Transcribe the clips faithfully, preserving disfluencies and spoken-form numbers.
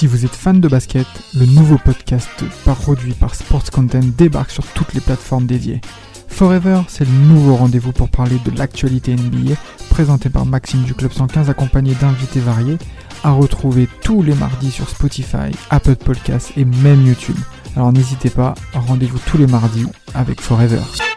Si vous êtes fan de basket, le nouveau podcast produit par Sports Content débarque sur toutes les plateformes dédiées. Forever, c'est le nouveau rendez-vous pour parler de l'actualité N B A, présenté par Maxime du Club cent quinze accompagné d'invités variés, à retrouver tous les mardis sur Spotify, Apple Podcasts et même YouTube. Alors n'hésitez pas, rendez-vous tous les mardis avec Forever.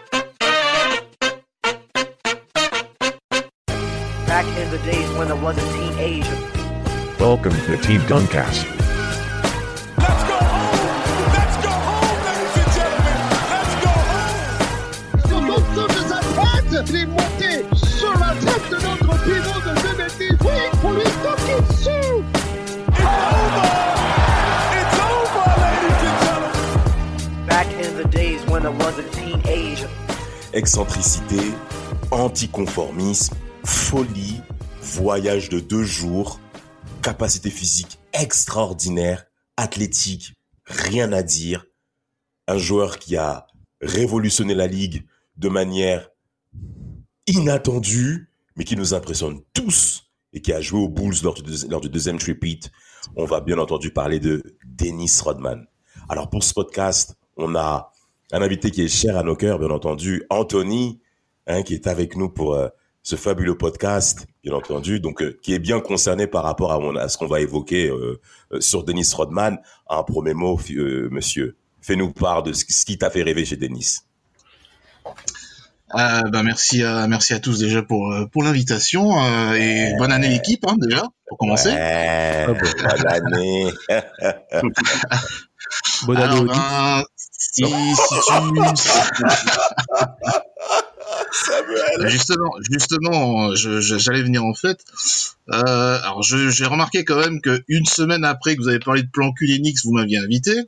Back in the days when I was a teenager. Welcome to Team Duncast. Let's go home! Let's go home, ladies and gentlemen! Let's go home! Sur l'autre de sa tête, il est monté sur la tête de notre pivot de deux mètres dix. Oui, pour lui toquer dessus! It's over! It's over, ladies and gentlemen! Back in the days when I was a teenager. Excentricité, anticonformisme, folie, voyage de deux jours, capacité physique extraordinaire, athlétique, rien à dire. Un joueur qui a révolutionné la ligue de manière inattendue, mais qui nous impressionne tous et qui a joué aux Bulls lors du, lors du deuxième tripit. On va bien entendu parler de Dennis Rodman. Alors pour ce podcast, on a un invité qui est cher à nos cœurs, bien entendu, Anthony, hein, qui est avec nous pour euh, ce fabuleux podcast, bien entendu, donc euh, qui est bien concerné par rapport à, mon, à ce qu'on va évoquer euh, euh, sur Dennis Rodman. Un premier mot, euh, monsieur, fais-nous part de ce, ce qui t'a fait rêver chez Dennis. Euh, bah merci à merci à tous déjà pour pour l'invitation euh, et bonne année l'équipe hein, déjà pour commencer. Ouais, bonne année. Bonne année. Alors, ben, si, si tu Samuel. justement justement je, je, j'allais venir en fait. Euh, alors je, j'ai remarqué quand même que une semaine après que vous avez parlé de plan cul Linux, vous m'aviez invité.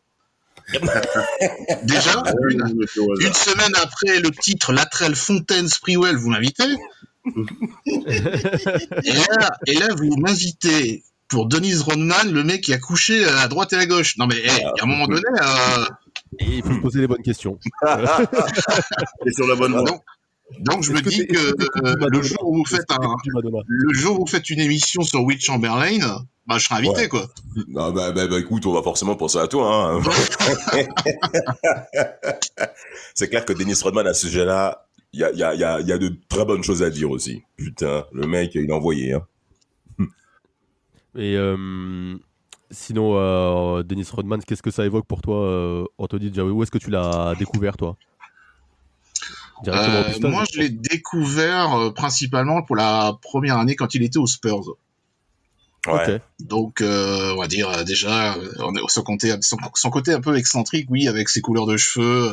Déjà, une, une semaine après le titre Latrell Fontaine Sprewell, vous m'invitez. et, là, et là, vous m'invitez pour Dennis Rodman, le mec qui a couché à droite et à gauche. Non mais, hey, à un moment donné, euh... et il faut poser les bonnes questions. Et sur la bonne voie. Donc, donc je me dis que euh, le jour où vous faites un, le jour où vous faites une émission sur Will Chamberlain, bah je serai invité ouais. quoi. Non, bah, bah, bah écoute, on va forcément penser à toi. Hein. C'est clair que Dennis Rodman à ce sujet-là, il y a, y a, y a, y a de très bonnes choses à dire aussi. Putain, le mec, il a envoyé. Hein. Et euh, sinon, euh, Dennis Rodman, qu'est-ce que ça évoque pour toi, euh, Anthony? Déjà, où est-ce que tu l'as découvert, toi? Euh, moi, je l'ai découvert euh, principalement pour la première année quand il était aux Spurs. Ouais. Okay. Donc, euh, on va dire euh, déjà, on est son côté, son, son côté un peu excentrique, oui, avec ses couleurs de cheveux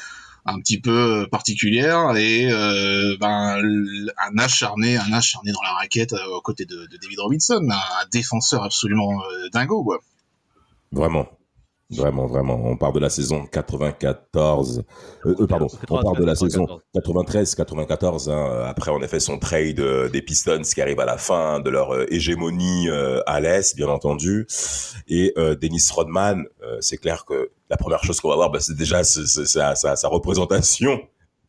un petit peu particulières et euh, ben un acharné, un acharné dans la raquette euh, aux côtés de, de David Robinson, un défenseur absolument euh, dingo, quoi. Vraiment. Vraiment, vraiment. On part de la saison quatre-vingt-quatorze. Euh, euh, pardon, on part de la saison quatre-vingt-treize quatre-vingt-quatorze. Hein. Après, en effet, son trade euh, des Pistons qui arrive à la fin de leur euh, hégémonie euh, à l'Est, bien entendu. Et euh, Dennis Rodman, euh, c'est clair que la première chose qu'on va voir, bah, c'est déjà c'est, c'est, sa, sa, sa représentation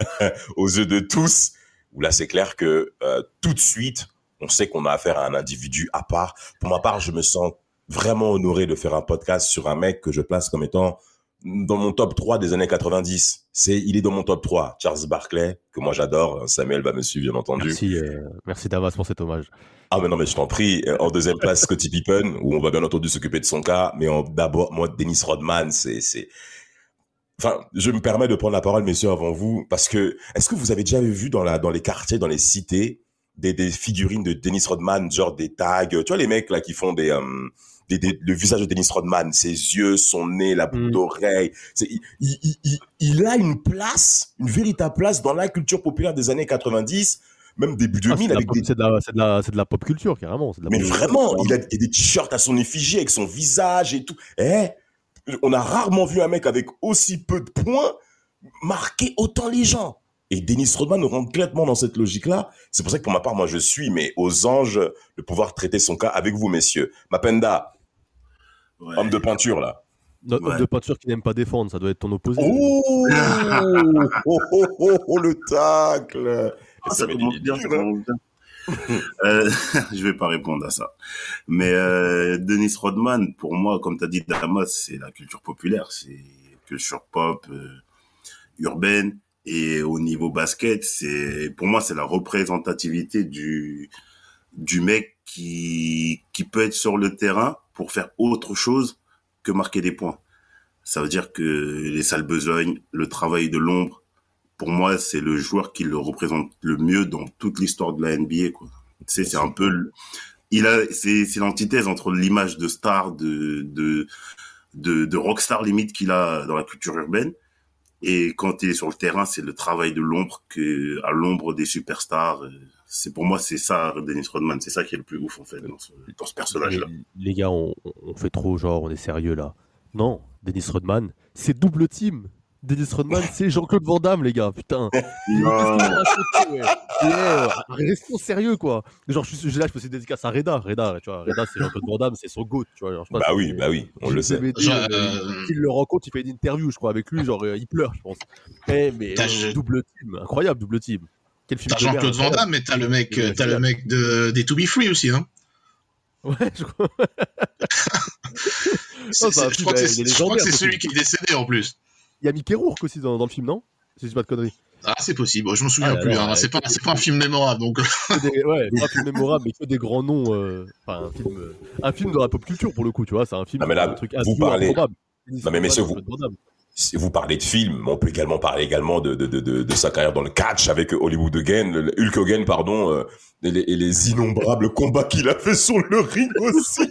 aux yeux de tous. Où là, c'est clair que euh, tout de suite, on sait qu'on a affaire à un individu à part. Pour ma part, je me sens vraiment honoré de faire un podcast sur un mec que je place comme étant dans mon top trois des années quatre-vingt-dix. C'est, il est dans mon top trois. Charles Barkley, que moi j'adore. Samuel va me suivre, bien entendu. Merci, euh, merci Damas pour cet hommage. Ah, mais non, mais je t'en prie. En deuxième place, Scottie Pippen, où on va bien entendu s'occuper de son cas. Mais en, d'abord, moi, Dennis Rodman, c'est, c'est, enfin, je me permets de prendre la parole, messieurs, avant vous, parce que, est-ce que vous avez déjà vu dans la, dans les quartiers, dans les cités, des, des figurines de Dennis Rodman, genre des tags, tu vois, les mecs, là, qui font des, euh, Des, des, le visage de Dennis Rodman, ses yeux, son nez, la boucle mmh. d'oreille, c'est, il, il, il, il a une place, une véritable place dans la culture populaire des années quatre-vingt-dix, même début deux mille. Ah, c'est, avec de des... c'est, de la, c'est, de la, c'est de la pop culture, carrément. C'est de la Mais pop vraiment, culture. il a, il a des t-shirts à son effigie avec son visage et tout. Eh, on a rarement vu un mec avec aussi peu de points marquer autant les gens. Et Dennis Rodman nous rentre clairement dans cette logique-là. C'est pour ça que pour ma part, moi, je suis, mais aux anges, de pouvoir traiter son cas avec vous, messieurs. Mapenda. Ouais. Homme de peinture, là. Notre ouais. homme de peinture qui n'aime pas défendre, ça doit être ton opposé. Oh, oh, oh, oh, oh, le tacle. Ah, ça commence bien, ça commence bien. euh, je vais pas répondre à ça. Mais euh, Dennis Rodman, pour moi, comme tu as dit, Damas, c'est la culture populaire, c'est culture pop, euh, urbaine. Et au niveau basket, c'est pour moi, c'est la représentativité du du mec qui qui peut être sur le terrain pour faire autre chose que marquer des points. Ça veut dire que les sales besognes, le travail de l'ombre, pour moi, c'est le joueur qui le représente le mieux dans toute l'histoire de la N B A, quoi. Tu sais, c'est un peu, le... il a, c'est, c'est l'antithèse entre l'image de star, de, de, de, de rockstar limite qu'il a dans la culture urbaine. Et quand il est sur le terrain, c'est le travail de l'ombre que, à l'ombre des superstars. C'est, pour moi, c'est ça, Dennis Rodman. C'est ça qui est le plus ouf, en fait, dans ce, dans ce personnage-là. Les, les gars, on, on fait trop genre, on est sérieux là. Non, Dennis Rodman, c'est double team. Dennis Rodman, c'est Jean-Claude Van Damme, les gars, putain. Non. Ouais. Yeah, restons sérieux, quoi. Genre, je suis là, je faisais dédicace à Reda. Reda, tu vois, Reda, c'est Jean-Claude Van Damme, c'est son goat, tu vois. Genre, je sais pas, bah oui, bah oui, on le sait. D, Genre, euh, euh... il le rencontre, il fait une interview, je crois, avec lui, genre, euh, il pleure, je pense. Eh, mais euh, double team, incroyable, double team. Quel film t'as Jean-Claude Van Damme, mais t'as le mec, t'as le mec de, des To Be Free aussi, hein. Ouais, je crois. c'est, non, c'est, je crois que c'est, je crois que c'est celui qui est décédé en plus. Il y a Mickey Rourke aussi dans, dans le film, non? Si je dis pas de conneries. Ah, c'est possible. Je m'en souviens ah, plus. là, hein. là, c'est pas, c'est, c'est pas un film mémorable, donc. Des, ouais, pas un film mémorable, mais que des grands noms. Euh, enfin, un film, euh, un film de la pop culture pour le coup, tu vois. C'est un film. Non mais là, un truc vous parlez. Improbable. Non mais messieurs, vous. Si vous parlez de films, on peut également parler également de, de, de, de, de sa carrière dans le catch avec Hollywood Hogan, le Hulk Hogan, pardon, euh, et, les, et les innombrables combats qu'il a fait sur le ring aussi.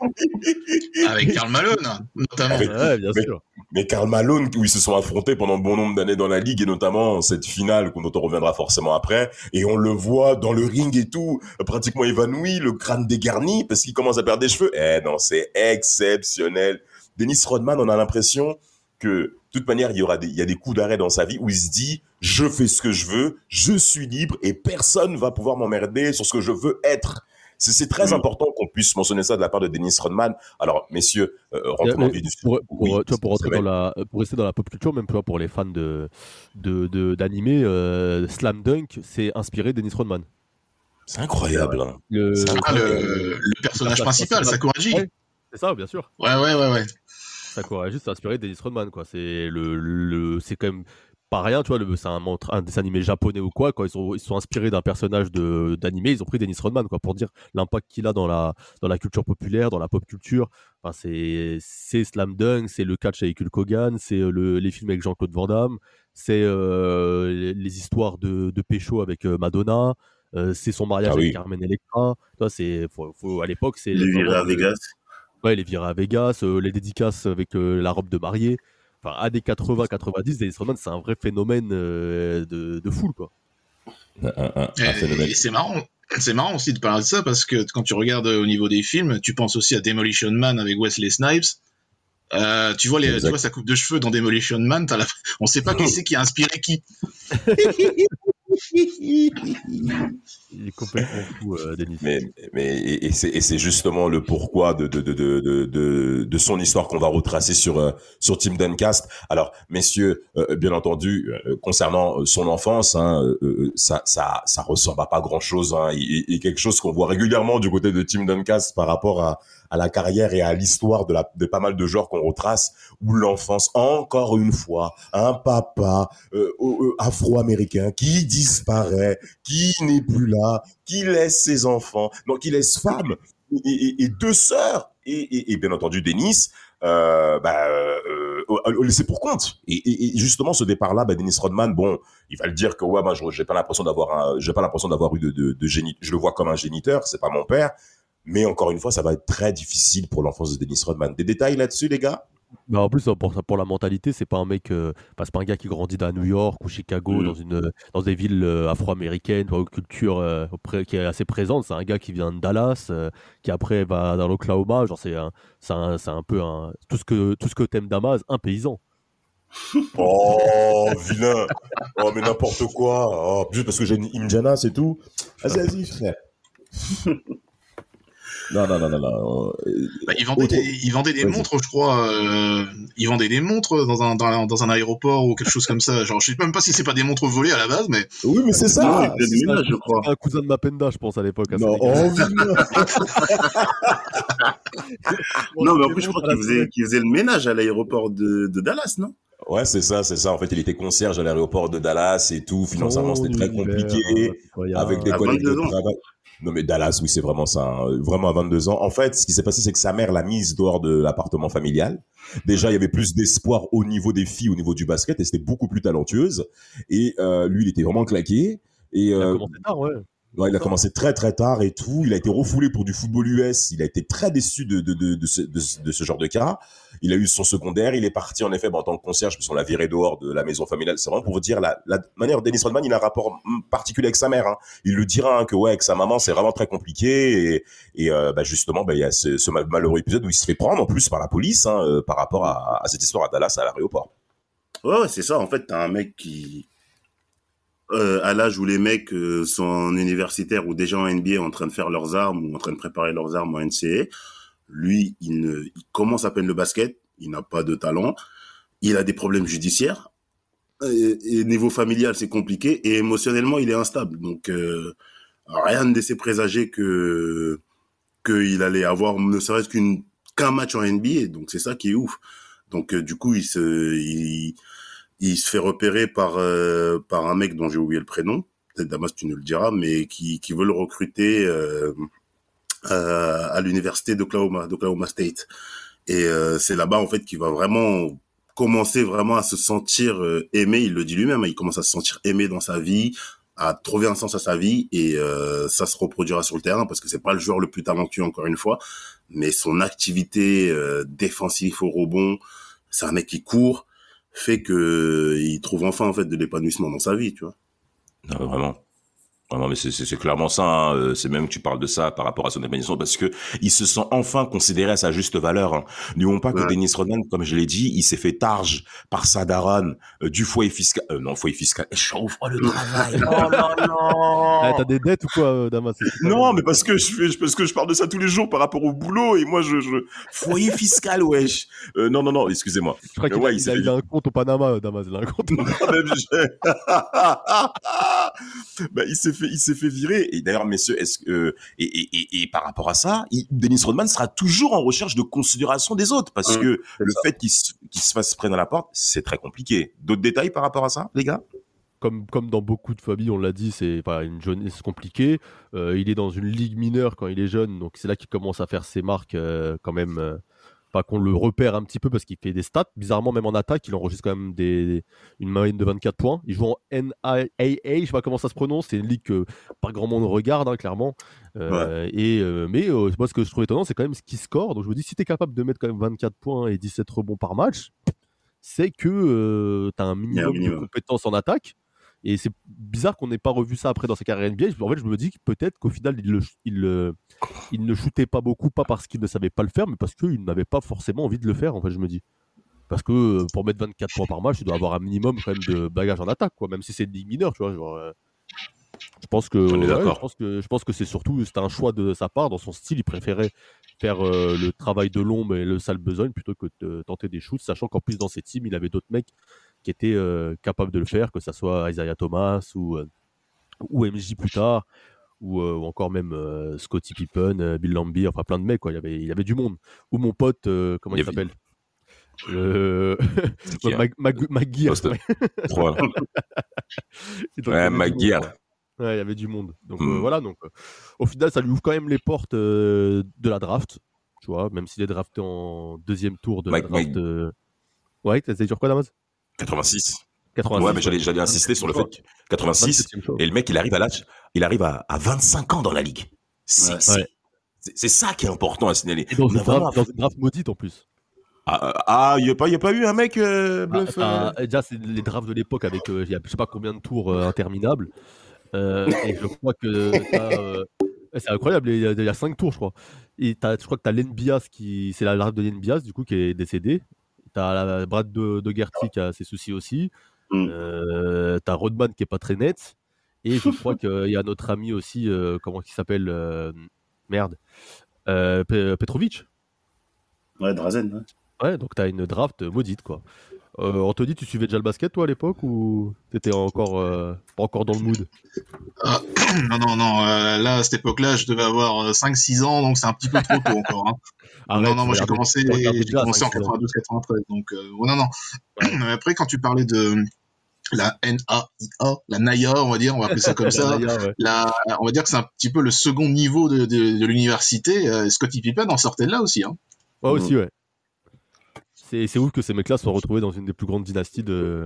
Avec Karl Malone, notamment. Avec, ouais, bien mais, sûr. Mais Karl Malone, où ils se sont affrontés pendant bon nombre d'années dans la ligue, et notamment cette finale dont on reviendra forcément après, et on le voit dans le ring et tout, pratiquement évanoui, le crâne dégarni, parce qu'il commence à perdre des cheveux. Eh non, c'est exceptionnel. Dennis Rodman, on a l'impression que de toute manière, il y aura des, il y a des coups d'arrêt dans sa vie où il se dit, je fais ce que je veux, je suis libre et personne va pouvoir m'emmerder sur ce que je veux être. C'est, c'est très mmh. important qu'on puisse mentionner ça de la part de Dennis Rodman. Alors, messieurs, euh, rentrons dans le vif du sujet. Pour, pour, oui, tu vois, pour rentrer dans la, pour rester dans la pop culture, même pour les fans de, de, de d'animé, euh, Slam Dunk, c'est inspiré de Dennis Rodman. C'est incroyable. Hein. Le, c'est incroyable. Ah, le, le personnage le principal, Sakuragi. Ouais, c'est ça, bien sûr. Ouais, ouais, ouais, ouais. Sakuragi, c'est inspiré de Dennis Rodman, quoi. C'est le, le, c'est quand même pas rien, tu vois. Le, c'est un, un dessin animé japonais ou quoi. Quand ils sont, ils sont inspirés d'un personnage de, d'animé, ils ont pris Dennis Rodman, quoi, pour dire l'impact qu'il a dans la, dans la culture populaire, dans la pop culture. Enfin, c'est, c'est Slam Dunk, c'est le catch avec Hulk Hogan, c'est le, les films avec Jean-Claude Van Damme, c'est euh, les, les histoires de, de pécho avec euh, Madonna. Euh, c'est son mariage ah, avec oui. Carmen Electra. Toi, c'est, faut, faut, à l'époque, c'est les virées à Vegas. Ouais, les virées à Vegas, euh, les dédicaces avec euh, la robe de mariée. Enfin, années quatre-vingts quatre-vingt-dix, Dennis Rodman, c'est un vrai phénomène euh, de, de foule, quoi. Un, un, un phénomène. Et c'est marrant, c'est marrant aussi de parler de ça parce que quand tu regardes au niveau des films, tu penses aussi à Demolition Man avec Wesley Snipes. Euh, tu vois les, tu vois sa coupe de cheveux dans Demolition Man, t'as la... on sait pas qui c'est qui a inspiré qui. Il est complètement fou, euh, Denis. Mais, mais et, et, c'est, et c'est justement le pourquoi de, de, de, de, de, de son histoire qu'on va retracer sur, euh, sur Team Duncast. Alors, messieurs, euh, bien entendu, euh, concernant son enfance, hein, euh, ça, ça, ça ressemble à pas grand-chose. Hein, et, et quelque chose qu'on voit régulièrement du côté de Team Duncast par rapport à, à la carrière et à l'histoire de, la, de pas mal de joueurs qu'on retrace, où l'enfance, encore une fois, un papa euh, euh, afro-américain qui disparaît, qui n'est plus là, qui laisse ses enfants, donc qui laisse femme et, et, et deux sœurs, et, et, et bien entendu Dennis, euh, bah, euh, euh, laissé pour compte. Et, et, et justement, ce départ-là, bah, Dennis Rodman, bon, il va le dire que ouais, moi, j'ai pas l'impression d'avoir, un, j'ai pas l'impression d'avoir eu de, de, de génie. Je le vois comme un géniteur, c'est pas mon père. Mais encore une fois, ça va être très difficile pour l'enfance de Dennis Rodman. Des détails là-dessus, les gars? Bah en plus, pour, pour la mentalité, c'est pas un mec, euh, bah, c'est pas un gars qui grandit à New York ou Chicago, mmh. dans une, dans des villes euh, afro-américaines, ou culture euh, qui est assez présente. C'est un gars qui vient de Dallas, euh, qui après va dans l'Oklahoma. Genre c'est un, c'est un, c'est un peu un, tout ce que, tout ce que t'aimes Damas, un paysan. Oh, vilain. Oh, mais n'importe quoi. Oh, juste parce que j'ai une Imjana, c'est tout. Vas-y, vas-y, frère. Non, non, non, non, non. Euh, Bah, ils vendaient autre- des, ils vendaient des Vas-y. montres, je crois. Euh, ils vendaient des montres dans un, dans, dans un aéroport ou quelque chose comme ça. Genre, je sais même pas si c'est pas des montres volées à la base, mais Oui, mais c'est Non, ça. il fait c'est du ça. ménage, je crois. C'était un cousin de Mapenda, je pense, à l'époque. à Non, Sénégal. oh, oui, non. Non, mais en Des plus, je crois montres à la qu'il faisait, qu'il faisait le ménage à l'aéroport de, de Dallas, non? Ouais, c'est ça, c'est ça. En fait, il était concierge à l'aéroport de Dallas et tout. Financièrement, c'était très compliqué. Avec des À collègues de vingt-deux ans. travail. Non, mais Dallas, oui, c'est vraiment ça. hein. Vraiment à vingt-deux ans. En fait, ce qui s'est passé, c'est que sa mère l'a mise dehors de l'appartement familial. Déjà, il y avait plus d'espoir au niveau des filles, au niveau du basket, et c'était beaucoup plus talentueuse. Et euh, lui, il était vraiment claqué. Et Il a euh, commencé tard, ouais. ouais, il a commencé très très tard et tout. Il a été refoulé pour du football U S. Il a été très déçu de de de de ce, de, ce- de ce genre de cas. Il a eu son secondaire. Il est parti en effet bah, en tant que concierge parce qu'on l'a viré dehors de la maison familiale. C'est vraiment pour vous dire la la manière dont Dennis Rodman il a un rapport hum, particulier avec sa mère. Hein. Il le dira hein, que ouais avec sa maman c'est vraiment très compliqué et et euh, bah, justement bah il y a ce, ce mal- malheureux épisode où il se fait prendre en plus par la police hein, euh, par rapport à, à cette histoire à Dallas à l'aéroport. Ouais, ouais, c'est ça. En fait, t'as un mec qui, euh, à l'âge où les mecs euh, sont en universitaire ou déjà en N B A en train de faire leurs armes ou en train de préparer leurs armes en N C A A, lui, il, ne, il commence à peine le basket, il n'a pas de talent, il a des problèmes judiciaires, et, et niveau familial, c'est compliqué, et émotionnellement, il est instable. Donc, euh, rien ne laissait présager que qu'il allait avoir ne serait-ce qu'une qu'un match en N B A. Donc, c'est ça qui est ouf. Donc, euh, du coup, il se... Il, il se fait repérer par euh, par un mec dont j'ai oublié le prénom, peut-être Damas tu nous le diras, mais qui qui veut le recruter euh, euh, à l'université d'Oklahoma, d'Oklahoma State. Et euh, c'est là-bas en fait qu'il va vraiment commencer vraiment à se sentir euh, aimé. Il le dit lui-même, hein, il commence à se sentir aimé dans sa vie, à trouver un sens à sa vie, et euh, ça se reproduira sur le terrain parce que c'est pas le joueur le plus talentueux encore une fois, mais son activité euh, défensive au rebond, c'est un mec qui court, fait que il trouve enfin en fait de l'épanouissement dans sa vie, tu vois. Non, vraiment. Vraiment, mais c'est, c'est, c'est clairement ça. Hein. Euh, C'est même que tu parles de ça par rapport à son épanouissement parce que il se sent enfin considéré à sa juste valeur. Hein. N'oublions pas que Ouais. Dennis Rodman, comme je l'ai dit, il s'est fait targe par sa daronne euh, du foyer fiscal. Euh, non, foyer fiscal. Je chauffe oh, le travail. Oh non non. Ah, t'as des dettes ou quoi, euh, Damas? C'est pas Non, bien. mais parce que je fais, parce que je parle de ça tous les jours par rapport au boulot et moi je, je... foyer fiscal, wesh. Euh, non, non, non, excusez-moi. Je crois Euh, qu'il ouais, a, il il s'est a, fait- il a un compte au Panama, euh, Damas. Il a un compte. Même je- bah, il s'est fait, il s'est fait virer. Et d'ailleurs, messieurs, est-ce que euh, et, et, et, et par rapport à ça, il, Dennis Rodman sera toujours en recherche de considération des autres parce Mmh, que le fait qu'il se, qu'il se fasse prendre à la porte, c'est très compliqué. D'autres détails par rapport à ça, les gars? Comme, comme dans beaucoup de familles, on l'a dit, c'est pas une jeunesse compliquée. Euh, il est dans une ligue mineure quand il est jeune, donc c'est là qu'il commence à faire ses marques euh, quand même. Euh, pas qu'on le repère un petit peu parce qu'il fait des stats. Bizarrement, même en attaque, il enregistre quand même des, une moyenne de vingt-quatre points. Il joue en N A A A, je sais pas comment ça se prononce. C'est une ligue que pas grand monde regarde, hein, clairement. Euh, et, euh, mais euh, moi, ce que je trouve étonnant, c'est quand même ce qu'il score. Donc je me dis, si tu es capable de mettre quand même vingt-quatre points et dix-sept rebonds par match, c'est que euh, tu as un Il y a un minimum, minimum. de compétences en attaque. Et c'est bizarre qu'on n'ait pas revu ça après dans sa carrière N B A. En fait, je me dis que peut-être qu'au final, il, le, il, euh, il ne shootait pas beaucoup, pas parce qu'il ne savait pas le faire, mais parce qu'il n'avait pas forcément envie de le faire, en fait, je me dis. Parce que euh, pour mettre vingt-quatre points par match, tu dois avoir un minimum quand même de bagage en attaque, quoi, même si c'est une ligue mineure, tu vois. Genre, euh, je pense que, On est ouais, d'accord. je pense que je pense que c'est surtout c'était un choix de sa part dans son style. Il préférait faire euh, le travail de l'ombre et le sale besogne plutôt que de tenter des shoots, sachant qu'en plus dans ses teams, il avait d'autres mecs qui étaient euh, capables de le faire, que ça soit Isaiah Thomas ou euh, ou M J plus tard, ou, euh, ou encore même euh, Scottie Pippen, euh, Bill Laimbeer, enfin plein de mecs, quoi. Il y avait il y avait du monde. Ou mon pote, euh, comment Il y il, avait- s'appelle le... C'est qui, hein Mag- Mag- McGear. Poste- ouais. Voilà. Donc, il y Ouais, avait du monde, McGear. quoi. Ouais, il y avait du monde. Donc Mm. euh, voilà, donc euh, au final, ça lui ouvre quand même les portes euh, de la draft, tu vois, même s'il est drafté en deuxième tour de Mike- la draft. Mike- euh, Ouais, t'as dit sur quoi, Damas? quatre-vingt-six. quatre-vingt-six. Ouais, mais j'allais, j'allais insister sur le fait que quatre-vingt-six, vingt-septième choix. et le mec, il arrive à l'âge, il arrive à, à vingt-cinq ans dans la ligue. C'est, Ouais. c'est, Ouais. c'est, c'est ça qui est important à signaler. Et dans On une a vraiment- draft, dans une draft maudite en plus. Ah, ah, il y a pas, il y a pas eu un mec, euh, Ah, bluff, ça- euh, déjà, c'est les drafts de l'époque avec euh, il y a je sais pas combien de tours euh, interminables. Euh, et je crois que t'as, euh, c'est incroyable, il y, a, il y a cinq tours, je crois. Et t'as- je crois que tu as Len Bias, qui, c'est la draft de Len Bias, du coup, qui est décédé. Tu as Brad de, de Gerty qui a ses soucis aussi. Mm. Euh, tu as Rodman qui est pas très net. Et je crois qu'il y a notre ami aussi, euh, comment il s'appelle euh, Merde. euh, Pe- Petrovic. Ouais, Drazen. Ouais. Ouais, donc t'as une draft maudite, quoi. Euh, Anthony, tu suivais déjà le basket, toi, à l'époque, ou t'étais encore, euh, pas encore dans le mood? Ah, non, non, non. euh, là, à cette époque-là, je devais avoir cinq six ans, donc c'est un petit peu trop tôt encore. Hein. Arrête, non, non, tu moi j'ai regardais- commencé, tu regardais j'ai déjà à commencé en cinq, six ans. quatre-vingt-douze quatre-vingt-treize, donc euh, ouais, non, non. Mais après, quand tu parlais de la N A I A, la N A I A, on va dire, on va appeler ça comme ça, La Naya, ouais. la, on va dire que c'est un petit peu le second niveau de, de, de l'université. Euh, Scottie Pippen en sortait de là aussi. Hein. Ouais, aussi, ouais. C'est, c'est ouf que ces mecs-là soient retrouvés dans une des plus grandes dynasties de,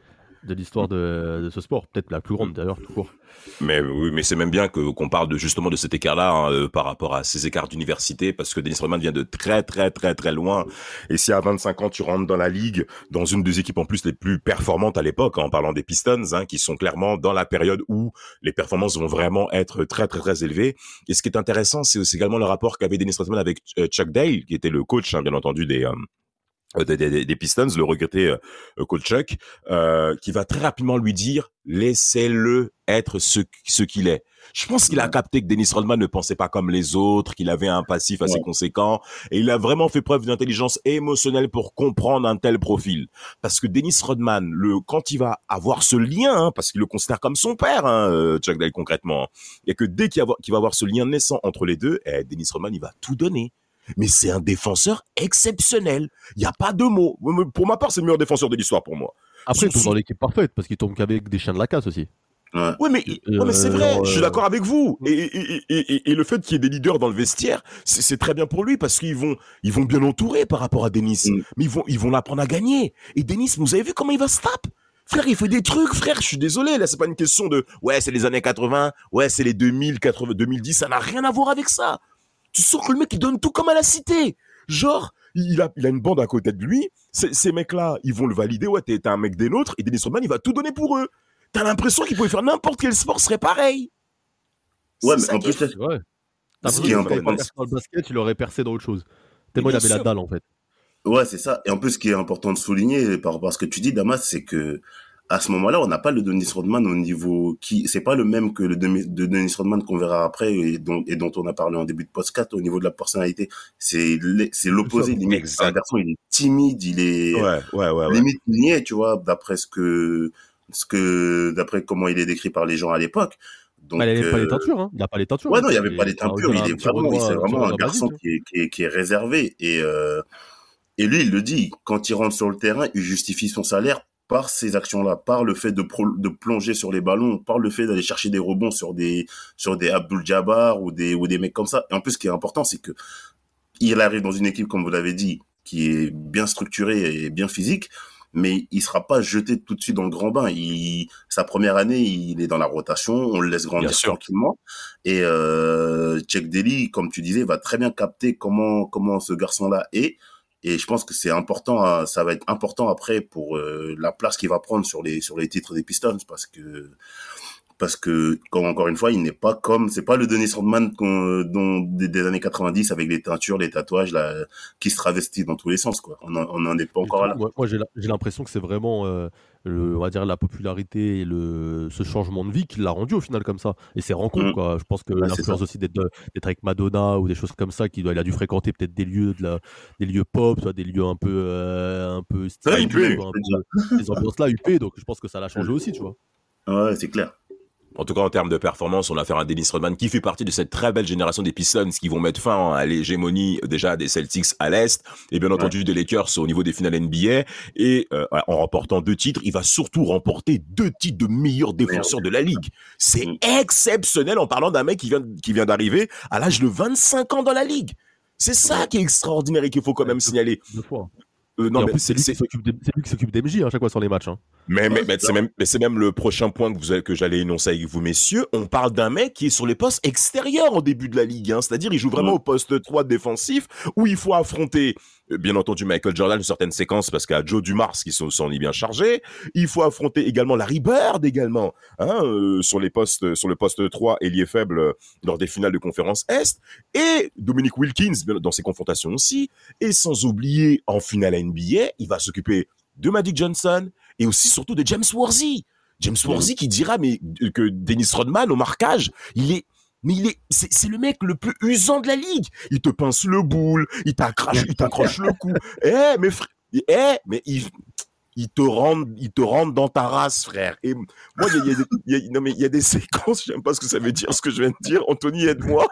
de l'histoire de, de ce sport. Peut-être la plus grande, d'ailleurs, tout court. Mais oui, mais c'est même bien que qu'on parle de justement de cet écart-là hein, euh, par rapport à ces écarts d'université, parce que Dennis Rodman vient de très très très très loin. Et si à vingt-cinq ans tu rentres dans la ligue, dans une des équipes en plus les plus performantes à l'époque, hein, en parlant des Pistons, hein, qui sont clairement dans la période où les performances vont vraiment être très très très élevées. Et ce qui est intéressant, c'est aussi également le rapport qu'avait Dennis Rodman avec euh, Chuck Daly, qui était le coach, hein, bien entendu, des euh, Des, des, des Pistons, le regretté euh, coach Chuck, euh, qui va très rapidement lui dire laissez-le être ce, ce qu'il est. Je pense qu'il a capté que Dennis Rodman ne pensait pas comme les autres, qu'il avait un passif assez ouais. conséquent, et il a vraiment fait preuve d'intelligence émotionnelle pour comprendre un tel profil. Parce que Dennis Rodman, le quand il va avoir ce lien, hein, parce qu'il le considère comme son père, hein, Chuck Daly concrètement, et que dès qu'il, avoir, qu'il va avoir ce lien naissant entre les deux, eh, Dennis Rodman il va tout donner. Mais c'est un défenseur exceptionnel. Il n'y a pas de mots. Pour ma part, c'est le meilleur défenseur de l'histoire pour moi. Après, il tombe dans l'équipe parfaite parce qu'il tombe qu'avec des chiens de la casse aussi. Ouais, ouais mais, euh, ouais, mais c'est vrai, euh, je suis d'accord avec vous. Et, et, et, et, et le fait qu'il y ait des leaders dans le vestiaire, c'est, c'est très bien pour lui parce qu'ils vont, ils vont bien l'entourer par rapport à Dennis. Mm. Mais ils vont, ils vont l'apprendre à gagner. Et Dennis, vous avez vu comment il va se taper? Frère, il fait des trucs, frère, je suis désolé, là, c'est pas une question de, ouais, c'est les années quatre-vingts, ouais, c'est les deux mille, quatre-vingts, deux mille dix, ça n'a rien à voir avec ça. Tu sens que le mec, il donne tout comme à la cité. Genre, il a, il a une bande à côté de lui. Ces, ces mecs-là, ils vont le valider. Ouais, t'es, t'es un mec des nôtres. Et Dennis Rodman, il va tout donner pour eux. T'as l'impression qu'il pouvait faire n'importe quel sport, serait pareil. Ouais, mais en plus, c'est ouais. T'as ce qui est important. Dans le basket, il aurait percé dans autre chose. Tellement il avait sûr. La dalle, en fait. Ouais, c'est ça. Et en plus, ce qui est important de souligner par rapport à ce que tu dis, Damas, c'est que à ce moment-là, on n'a pas le Dennis Rodman au niveau qui, c'est pas le même que le de, de Dennis Rodman qu'on verra après et dont, et dont on a parlé en début de podcast au niveau de la personnalité. C'est, c'est l'opposé. Limite, c'est un garçon, il est timide, il est, ouais, ouais, ouais, limite niais, tu vois, d'après ce que, ce que, d'après comment il est décrit par les gens à l'époque. Donc, bah, il n'avait euh... pas les teintures, hein. Il n'a pas les teintures. Ouais, non, il n'y avait pas les teintures. Il est vraiment, oui, c'est vraiment un garçon qui est, qui est, qui est réservé et, euh, et lui, il le dit, quand il rentre sur le terrain, il justifie son salaire par ces actions-là, par le fait de, pro- de plonger sur les ballons, par le fait d'aller chercher des rebonds sur des, sur des Abdul-Jabbar ou des, ou des mecs comme ça. Et en plus, ce qui est important, c'est que il arrive dans une équipe, comme vous l'avez dit, qui est bien structurée et bien physique, mais il sera pas jeté tout de suite dans le grand bain. Il, sa première année, il est dans la rotation, on le laisse grandir tranquillement. Et, euh, Chuck Daly, comme tu disais, va très bien capter comment, comment ce garçon-là est. Et je pense que c'est important, ça va être important après pour euh, la place qu'il va prendre sur les sur les titres des Pistons parce que parce que comme encore une fois, il n'est pas comme c'est pas le Dennis Rodman qu'on, dont des, des années quatre-vingt-dix avec les teintures, les tatouages là qui se travestit dans tous les sens quoi. On en, on en est pas encore là. Moi, moi j'ai, la, j'ai l'impression que c'est vraiment euh, le, on va dire la popularité et le ce changement de vie qui l'a rendu au final comme ça. Et ses rencontres mmh. quoi. Je pense que ouais, l'influence aussi d'être, d'être avec Madonna ou des choses comme ça, qu'il doit, il a dû fréquenter peut-être des lieux de la, des lieux pop, soit des lieux un peu euh, un peu stylés, huppé, un peu, des ambiances là huppées. Donc je pense que ça l'a changé aussi, tu vois. Ouais, c'est clair. En tout cas, en termes de performance, on a affaire à Dennis Rodman qui fait partie de cette très belle génération des Pistons qui vont mettre fin à l'hégémonie déjà des Celtics à l'Est et bien entendu ouais. des Lakers au niveau des finales N B A. Et euh, en remportant deux titres, il va surtout remporter deux titres de meilleur défenseur de la Ligue. C'est mmh. exceptionnel en parlant d'un mec qui vient, qui vient d'arriver à l'âge de vingt-cinq ans dans la Ligue. C'est ça qui est extraordinaire et qu'il faut quand même signaler. Deux fois. Euh, non, en mais plus, c'est, c'est, lui c'est... Qui c'est lui qui s'occupe d'M J à chaque fois sur les matchs. Hein. Mais, mais, mais, c'est même, mais c'est même le prochain point que, vous avez, que j'allais énoncer avec vous, messieurs. On parle d'un mec qui est sur les postes extérieurs au début de la ligue. Hein. C'est-à-dire, il joue vraiment ouais. au poste trois défensif où il faut affronter, bien entendu, Michael Jordan, certaines séquences parce qu'il y a Joe Dumars qui s'en est bien chargé. Il faut affronter également Larry Bird également, hein, euh, sur les postes, sur le poste trois, ailier faible euh, lors des finales de conférence Est. Et Dominic Wilkins dans ses confrontations aussi. Et sans oublier, en finale N B A, il va s'occuper de Magic Johnson et aussi surtout de James Worthy. James Worthy qui dira mais que Dennis Rodman au marquage, il est Mais il est, c'est, c'est le mec le plus usant de la ligue. Il te pince le boule, il t'accroche, il t'accroche le cou. Eh, mais frère, eh, mais il, il te rentre, il te rentre dans ta race, frère. Et moi, il y a, il y a des, il y a, non mais il y a des séquences, j'aime pas ce que ça veut dire, ce que je viens de dire. Anthony, aide-moi.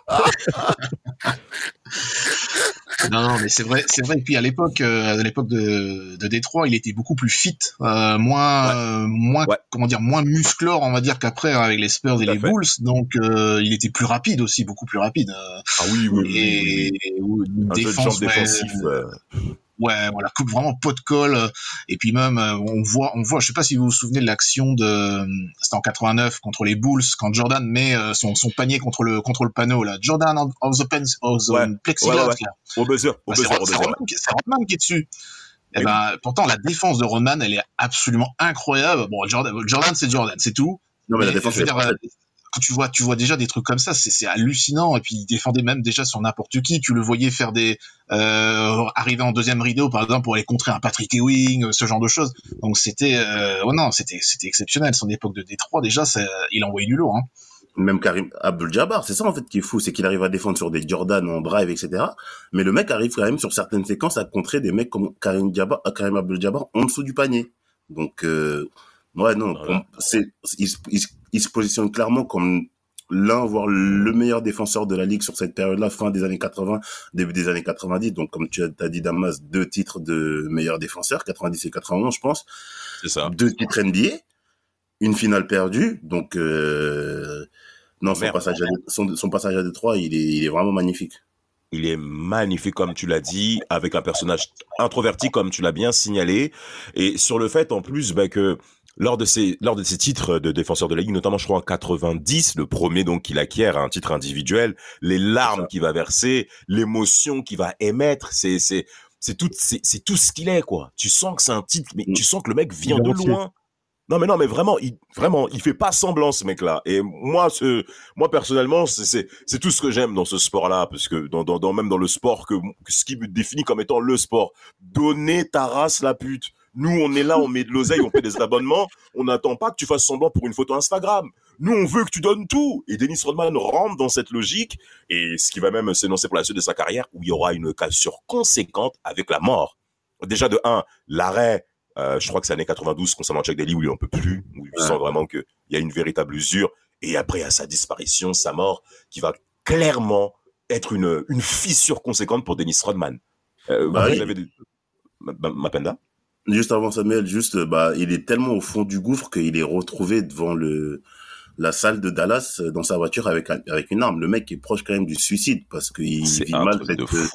Non, non, mais c'est vrai, c'est vrai. Et puis à l'époque, euh, à l'époque de, de Détroit, il était beaucoup plus fit, euh, moins, Ouais. euh, moins, Ouais. comment dire, moins musclore, on va dire qu'après avec les Spurs et Tout à les fait. Bulls. Donc, euh, il était plus rapide aussi, beaucoup plus rapide. Euh, Ah oui, oui, oui, oui, et oui. ou une Un jeu de défense, jambes ouais, défensif. euh, ouais, voilà, coupe vraiment pas de colle. euh, Et puis même, euh, on voit, on voit, je sais pas si vous vous souvenez de l'action de, c'était en quatre-vingt-neuf contre les Bulls quand Jordan met euh, son, son panier contre le, contre le panneau là. Jordan on, on the pen, on the Ouais. plexiglass Ouais, ouais, ouais. là. Au buzzer, au Bah, c'est buzzer, Rod- au c'est buzzer. Rodman qui- c'est Rodman qui est dessus. Et Oui. ben, pourtant, la défense de Rodman, elle est absolument incroyable. Bon, Jordan, Jordan c'est Jordan, c'est tout. Non, mais la Mais, défense, je veux elle est dire, parfaite. euh, quand tu vois, tu vois déjà des trucs comme ça, c'est, c'est hallucinant. Et puis, il défendait même déjà sur n'importe qui. Tu le voyais faire des, euh, arriver en deuxième rideau, par exemple, pour aller contrer un Patrick Ewing, ce genre de choses. Donc, c'était, euh, oh non, c'était, c'était exceptionnel. Son époque de Détroit, déjà, ça, il envoyait du lourd, hein. Même Karim Abdul-Jabbar, c'est ça en fait qui est fou, c'est qu'il arrive à défendre sur des Jordan en drive, et cetera. Mais le mec arrive quand même sur certaines séquences à contrer des mecs comme Karim, Jabbar, Karim Abdul-Jabbar en dessous du panier. Donc, euh, ouais, non, Voilà. pour- c'est, il, se- il, se- il se positionne clairement comme l'un, voire le meilleur défenseur de la ligue sur cette période-là, fin des années quatre-vingts, début des années quatre-vingt-dix. Donc, comme tu as, t'as dit, Damas, deux titres de meilleur défenseur, quatre-vingt-dix et quatre-vingt-onze, je pense. C'est ça. Deux titres N B A, une finale perdue. Donc, euh, non, son Merde. passage, à, son, son passage à Détroit, il est, il est vraiment magnifique. Il est magnifique, comme tu l'as dit, avec un personnage introverti, comme tu l'as bien signalé. Et sur le fait, en plus, bah, que lors de ces, lors de ces titres de défenseur de la Ligue, notamment, je crois, en quatre-vingt-dix, le premier, donc, qu'il acquiert, un titre individuel, les larmes qu'il va verser, l'émotion qu'il va émettre, c'est, c'est, c'est tout, c'est, c'est tout ce qu'il est, quoi. Tu sens que c'est un titre, mais tu sens que le mec vient Il est de entier. loin. Non mais non mais vraiment il vraiment il fait pas semblant ce mec-là et moi ce moi personnellement c'est c'est c'est tout ce que j'aime dans ce sport-là parce que dans dans, dans même dans le sport que, que ce qui me définit comme étant le sport, donner ta race la pute. Nous on est là, on met de l'oseille, on fait des abonnements, on n'attend pas que tu fasses semblant pour une photo Instagram. Nous on veut que tu donnes tout et Dennis Rodman rentre dans cette logique et ce qui va même s'énoncer pour la suite de sa carrière où il y aura une cassure conséquente avec la mort. Déjà de un, l'arrêt. Euh, je crois que c'est l'année quatre-vingt-douze concernant Chuck Daly où il en peut plus, où il Ouais. sent vraiment qu'il y a une véritable usure. Et après, à sa disparition, sa mort, qui va clairement être une, une fissure conséquente pour Dennis Rodman. Euh, Bah vous oui. avez des... Ma- Ma- Mapenda Juste avant Samuel, juste, bah, il est tellement au fond du gouffre qu'il est retrouvé devant le, la salle de Dallas dans sa voiture avec, un- avec une arme. Le mec est proche quand même du suicide parce qu'il C'est vit un mal truc cette, de fou.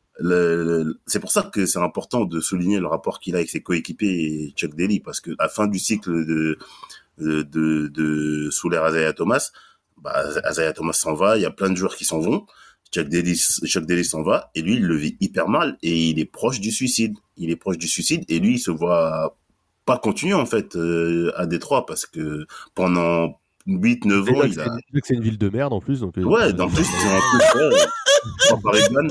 le, le- c'est pour ça que c'est important de souligner le rapport qu'il a avec ses coéquipiers et Chuck Daly parce que à la fin du cycle de de de, de sous l'ère Isaiah Thomas, bah Isaiah Thomas s'en va, il y a plein de joueurs qui s'en vont, Chuck Daly Chuck Daly s'en va et lui il le vit hyper mal et il est proche du suicide, il est proche du suicide et lui il se voit pas continuer en fait euh, à Détroit parce que pendant huit neuf ans Déjà que il c'est a une- déjà que c'est une ville de merde en plus. Donc, euh, ouais, euh, en plus c'est un peu ouais, en Paris-Ban.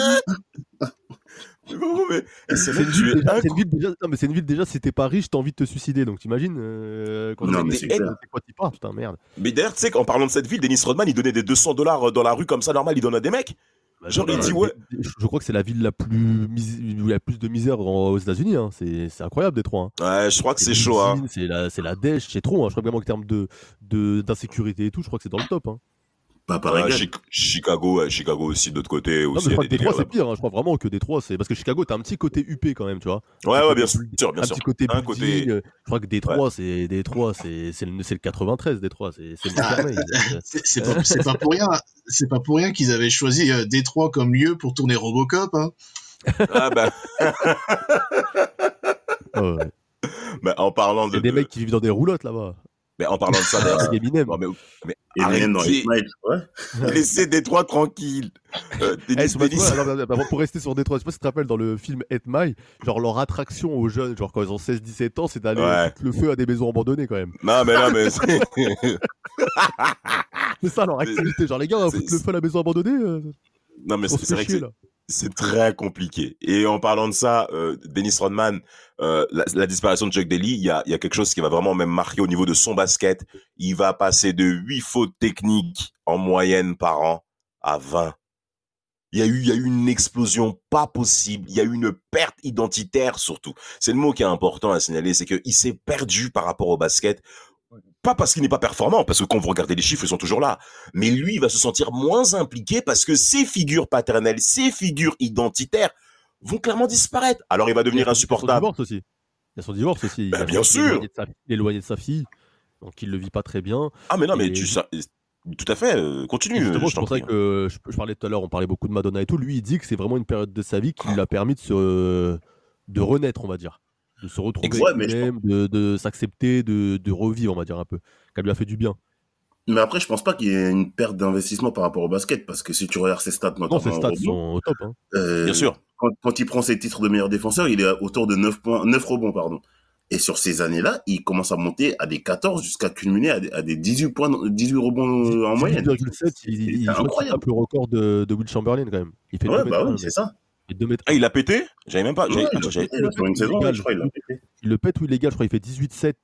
Mais c'est C'est mec, une, tu ville es déjà, c'est incroyable. une ville déjà, non, mais c'est une ville déjà, si t'es pas riche, t'as envie de te suicider. Donc t'imagines euh, quand Non, t'es- mais t'es- c'est t'es- clair. t'es quoi, t'y pars, putain, merde. Mais d'ailleurs, tu sais qu'en parlant de cette ville, Dennis Rodman, il donnait des deux cents dollars dans la rue comme ça, normal, il donne à des mecs. Bah, Genre, je- il dit, je- ouais. Je, je crois que c'est la ville la plus mis- où il y a plus de misère en- aux États-Unis. Hein. C'est, c'est incroyable, Détroit. Hein. Ouais, je crois que c'est les chaud, hein. usines, C'est la, c'est la dèche, c'est trop. Hein. Je crois vraiment qu'en termes de, de, d'insécurité et tout, je crois que c'est dans le top. Hein. Pas Ouais, pareil. Chi- Chicago, ouais, Chicago aussi de l'autre côté. Non, mais Aussi, je il y a crois des que Détroit, délires c'est pire. Hein. Je crois vraiment que Détroit, c'est parce que Chicago, t'as un petit côté huppé quand même, tu vois. là. Ouais, Un ouais, petit bien côté- sûr, bien un sûr. petit côté Un building, côté. euh, Je crois que Détroit, c'est Détroit, c'est c'est le, c'est le quatre-vingt-treize. Détroit, c'est c'est le Montfermeil. C'est, c'est pas, c'est pas pour rien, c'est pas pour rien qu'ils avaient choisi euh, Détroit comme lieu pour tourner Robocop, hein. Ah bah, Oh, ouais. bah, en parlant de. C'est des de- mecs qui vivent dans des roulottes là-bas. Mais en parlant de ça, d'ailleurs. Avec Eminem. Non, mais, mais Et Eminem dans arrêtez, Eight Mile, ouais. laissez Détroit tranquille. Euh, Eh, Denis, c'est pas- Denis- ouais, alors, bah, bah, pour rester sur Détroit, je sais pas si tu te rappelles dans le film Eight Mile, genre leur attraction aux jeunes, genre quand ils ont seize dix-sept ans, c'est d'aller Ouais. foutre le feu à des maisons abandonnées quand même. Non, mais non, mais c'est- C'est ça leur activité, genre les gars, on va C'est- foutre le feu à la maison abandonnée. euh, non, mais on c'est se c'est fait vrai que chier c'est- là. c'est très compliqué. Et en parlant de ça, euh, Dennis Rodman, euh, la, la disparition de Chuck Daly, il y a, il y a quelque chose qui va vraiment même marquer au niveau de son basket. Il va passer de huit fautes techniques en moyenne par an à vingt. Il y a eu, il y a eu une explosion pas possible. Il y a eu une perte identitaire surtout. C'est le mot qui est important à signaler, c'est qu'il s'est perdu par rapport au basket. Pas parce qu'il n'est pas performant, parce que quand vous regardez les chiffres, ils sont toujours là. Mais lui, il va se sentir moins impliqué parce que ses figures paternelles, ses figures identitaires vont clairement disparaître. Alors il va devenir il insupportable. Il y a son divorce aussi. Il y a son divorce aussi. Ben, il bien sûr. Il est éloigné de sa fille, donc il le vit pas très bien. Ah mais non, mais et... tu sais... Tout à fait, euh, continue. Justement, c'est pour ça que je, je parlais tout à l'heure, on parlait beaucoup de Madonna et tout. Lui, il dit que c'est vraiment une période de sa vie qui lui a permis de se, de renaître, on va dire, de se retrouver ouais, lui-même, de, de s'accepter, de, de revivre, on va dire un peu, qu'elle lui a fait du bien. Mais après, je pense pas qu'il y ait une perte d'investissement par rapport au basket, parce que si tu regardes ses stats, notamment, non, ses stats sont au top. Hein. Euh, bien sûr. Quand, quand il prend ses titres de meilleur défenseur, il est autour de neuf points, neuf rebonds, pardon. Et sur ces années-là, il commence à monter à des quatorze jusqu'à culminer à des, à des dix-huit points, dix-huit rebonds en moyenne. dix-huit virgule sept, il, il, il tape le record de, de Will Chamberlain quand même. Il fait ouais, deux bah mètres oui, c'est ça. Ah, il l'a pété? J'avais même pas. Ouais, j'avais, il l'a j'avais... pété, là, sur une saison, je crois, il l'a pété. Il le pète ou illégal, je crois, il fait dix-huit sept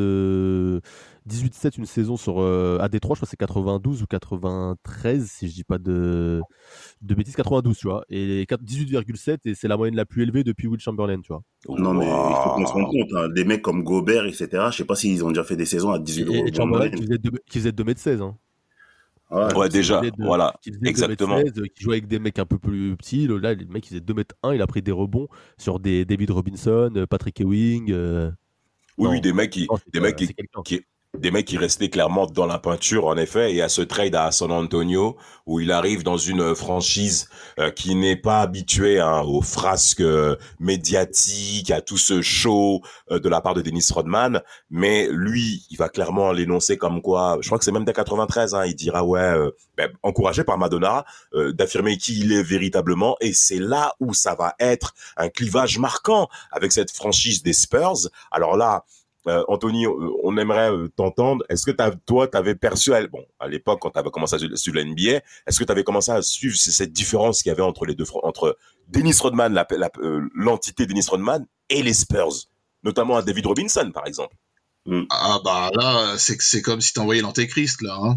de dix-huit sept une saison sur euh, à Détroit, je crois que c'est quatre-vingt-douze ou quatre-vingt-treize si je dis pas de de bêtises, quatre-vingt-douze, tu vois. Et dix-huit virgule sept et c'est la moyenne la plus élevée depuis Will Chamberlain, tu vois. Non mais wow. Il faut qu'on se rende compte, hein, des mecs comme Gobert, et cetera. Je sais pas s'ils ont déjà fait des saisons à dix-huit et, et Chamberlain qui faisait, qui faisait deux mètres seize, hein. Ouais, ouais déjà, de, voilà, exactement. seize, qui jouait avec des mecs un peu plus petits. Là, le mec, il faisait deux mètres un, il a pris des rebonds sur des David Robinson, Patrick Ewing. Euh... Oui, non, oui, des mecs qui, non, des pas, mecs qui, qui, des mecs qui restaient clairement dans la peinture, en effet. Et à ce trade à San Antonio, où il arrive dans une franchise euh, qui n'est pas habituée hein, aux frasques euh, médiatiques, à tout ce show euh, de la part de Dennis Rodman. Mais lui, il va clairement l'énoncer comme quoi, je crois que c'est même dès quatre-vingt-treize, hein, il dira ouais, euh, ben, encouragé par Madonna, euh, d'affirmer qui il est véritablement. Et c'est là où ça va être un clivage marquant avec cette franchise des Spurs. Alors là, Euh, Anthony, euh, on aimerait euh, t'entendre. Est-ce que t'as, toi, tu avais perçu, à, bon, à l'époque, quand tu avais commencé à suivre la N B A, est-ce que tu avais commencé à suivre cette différence qu'il y avait entre les deux, entre Dennis Rodman, la, la, euh, l'entité Dennis Rodman, et les Spurs, notamment à David Robinson, par exemple? Mm. Ah bah là, c'est c'est comme si t'envoyais l'antéchrist là. Hein.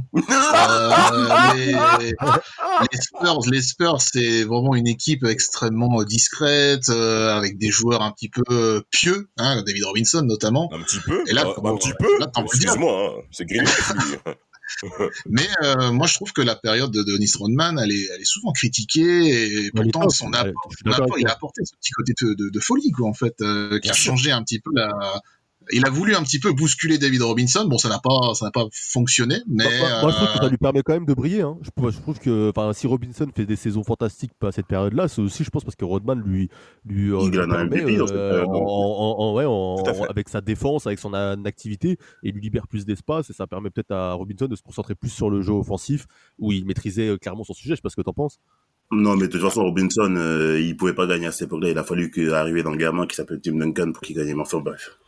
euh, les, les Spurs, les Spurs, c'est vraiment une équipe extrêmement discrète, euh, avec des joueurs un petit peu pieux, hein, David Robinson notamment. Un petit peu. Et là, euh, un petit peu. Là, excuse-moi, hein, c'est Greenwich. Mais euh, moi, je trouve que la période de Dennis Rodman, elle est, elle est souvent critiquée et pourtant, top, son apport, son apport, il a apporté ce petit côté de, de, de folie, quoi, en fait, euh, qui a changé un petit peu la. Il a voulu un petit peu bousculer David Robinson. Bon, ça n'a pas, ça n'a pas fonctionné, mais moi, moi, je trouve que ça lui permet quand même de briller. Hein. Je, trouve, je trouve que, enfin, si Robinson fait des saisons fantastiques à cette période-là, c'est aussi, je pense, parce que Rodman lui, lui, il lui permet, euh, en, en, en, ouais, en, en, avec sa défense, avec son activité, et lui libère plus d'espace, et ça permet peut-être à Robinson de se concentrer plus sur le jeu offensif, où il maîtrisait clairement son sujet. Je sais pas ce que t'en penses. Non, mais de toute façon, Robinson, euh, il pouvait pas gagner à cette époque-là. Il a fallu qu'arriver dans le gamin qui s'appelle Tim Duncan pour qu'il gagne. Mais enfin, bref.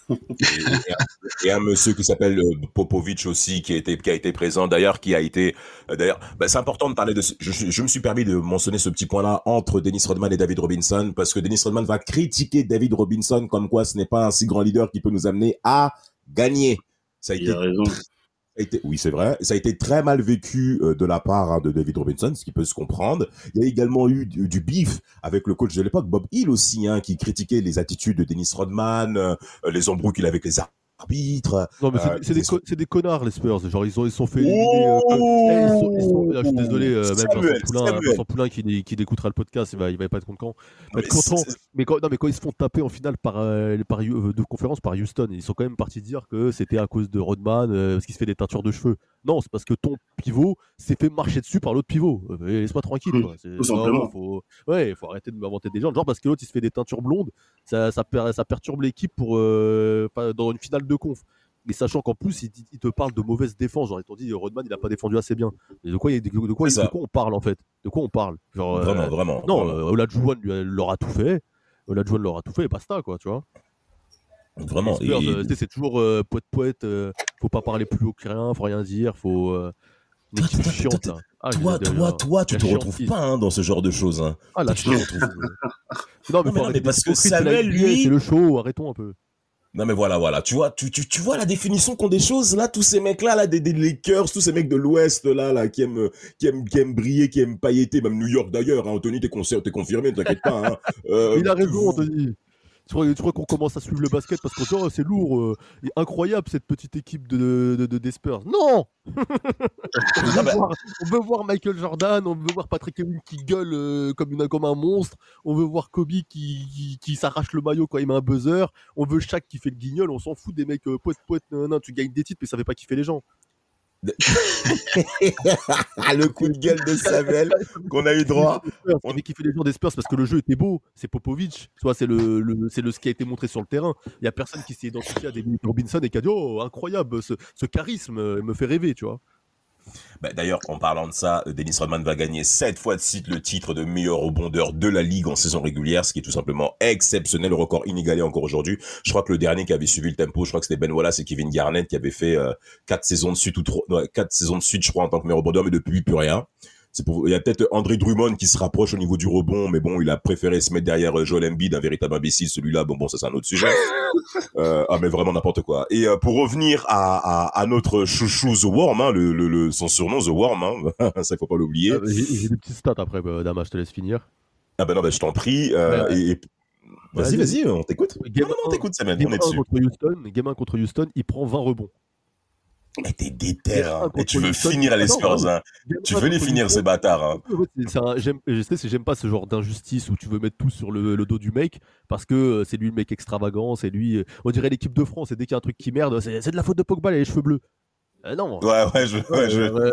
et, et un monsieur qui s'appelle euh, Popovic aussi, qui a été, qui a été présent, d'ailleurs, qui a été, euh, d'ailleurs, bah, c'est important de parler de, je, je me suis permis de mentionner ce petit point-là entre Dennis Rodman et David Robinson, parce que Dennis Rodman va critiquer David Robinson comme quoi ce n'est pas un si grand leader qui peut nous amener à gagner. Ça a il été, a raison. A été, oui, c'est vrai. Ça a été très mal vécu euh, de la part hein, de David Robinson, ce qui peut se comprendre. Il y a également eu du, du beef avec le coach de l'époque, Bob Hill aussi, hein, qui critiquait les attitudes de Dennis Rodman, euh, les embrouilles qu'il avait avec les arbitres. Non, mais c'est, euh, c'est, des, co- c'est des connards, les Spurs. Genre, ils ont, ils sont fait éliminer. Oh euh, hey, ils sont, ils sont, là, je suis désolé, euh, même Samuel, Vincent Poulain, Vincent Poulain qui, qui écoutera le podcast, il va, il va pas être content. Mais, être content. Mais, quand, non, mais quand ils se font taper en finale par, euh, par euh, de conférence par Houston, ils sont quand même partis dire que c'était à cause de Rodman, euh, parce qu'il se fait des teintures de cheveux. Non, c'est parce que ton pivot s'est fait marcher dessus par l'autre pivot. Euh, laisse-moi tranquille. Quoi. C'est, Tout simplement. Non, faut, ouais, faut arrêter de m'inventer des gens. Genre parce que l'autre il se fait des teintures blondes, ça, ça, per, ça perturbe l'équipe pour euh, dans une finale de conf. Et sachant qu'en plus, il, il te parle de mauvaise défense. Genre, ils t'ont dit, Rodman, il a pas défendu assez bien. Et de quoi, de, de, quoi, de quoi on parle, en fait? De quoi on parle? Genre, Vraiment, euh, vraiment. Non, vraiment. euh, Olajuwon lui leur a tout fait. Olajuwon leur a tout fait et basta, quoi, tu vois. Vraiment. Spurs, et... euh, c'est toujours euh, poète poète. Euh, faut pas parler plus haut que rien, faut rien dire. Faut. Euh, une équipe chiante, là. Ah, toi, j'ai- j'ai- toi, j'ai- toi, tu la te retrouves chiantise. pas hein, dans ce genre de choses. Hein. Ah, la Toi, tu te chiantise. retrouves- Non, mais, Non, mais faut non, arrêter mais parce que d'hypocrite, c'est la Samuel, N B A, lui- c'est le show, arrêtons un peu. Non mais voilà, voilà, tu vois, tu, tu, tu vois la définition qu'ont des choses là, tous ces mecs là, là, des, des Lakers, tous ces mecs de l'Ouest là, là, qui aiment, qui aiment, qui aiment briller, qui aiment pailleter, même New York d'ailleurs. Hein, Anthony, t'es, con- t'es confirmé, ne t'inquiète pas. Hein. Euh, Il a raison, Anthony. Tu crois, tu crois qu'on commence à suivre le basket parce qu'on se dit oh, c'est lourd, euh, et incroyable cette petite équipe de, de, de- des Spurs. Non on, veut bah- voir, on veut voir Michael Jordan, on veut voir Patrick Ewing qui gueule euh, comme, une, comme un monstre, on veut voir Kobe qui, qui, qui s'arrache le maillot quand il met un buzzer, on veut Shaq qui fait le guignol, on s'en fout des mecs euh, poète poète, non, non, tu gagnes des titres mais ça fait pas kiffer les gens. le coup de gueule de Samuel qu'on a eu droit. On fait kiffer les gens des Spurs parce que le jeu était beau. C'est Popovic, soit c'est le, le c'est le ce qui a été montré sur le terrain. Il y a personne qui s'est identifié à des Robinson et qui a dit oh incroyable ce, ce charisme euh, me fait rêver, tu vois. Bah, d'ailleurs, en parlant de ça, Dennis Rodman va gagner sept fois de suite le titre de meilleur rebondeur de la ligue en saison régulière, ce qui est tout simplement exceptionnel, le record inégalé encore aujourd'hui. Je crois que le dernier qui avait suivi le tempo, je crois que c'était Ben Wallace et Kevin Garnett qui avaient fait euh, quatre saisons de suite ou trois, non, quatre saisons de suite, je crois, en tant que meilleur rebondeur, mais depuis plus rien. C'est pour... Il y a peut-être André Drummond qui se rapproche au niveau du rebond, mais bon, il a préféré se mettre derrière Joel Embiid, un véritable imbécile, celui-là. Bon, bon, ça c'est un autre sujet. euh, ah, mais vraiment n'importe quoi. Et euh, pour revenir à, à, à notre chouchou The Worm, hein, le, le, le, son surnom The Worm, hein, ça il faut pas l'oublier. Euh, j'ai, j'ai des petites stats après, bah, Dama, je te laisse finir. Ah ben non, ben je t'en prie. Euh, Ouais. et, et... Vas-y, Vas-y. vas-y, on t'écoute. Game Non, non, on un, t'écoute, Samuel, Game on est un dessus. contre Houston, game un contre Houston, il prend vingt rebonds. Mais t'es déter, Game un hein. contre Et tu veux Houston. finir les Ah non, Spurs, non, hein. Game Tu un veux les contre finir, Houston. ces bâtards, hein. Ouais, ouais, c'est, c'est un, j'aime, je sais, c'est- j'aime pas ce genre d'injustice où tu veux mettre tout sur le, le dos du mec parce que euh, c'est lui le mec extravagant, c'est lui. euh, on dirait l'équipe de France et dès qu'il y a un truc qui merde, c'est, c'est de la faute de Pogba, il a les cheveux bleus. Euh, non. Ouais, ouais, je, ouais, je... Euh,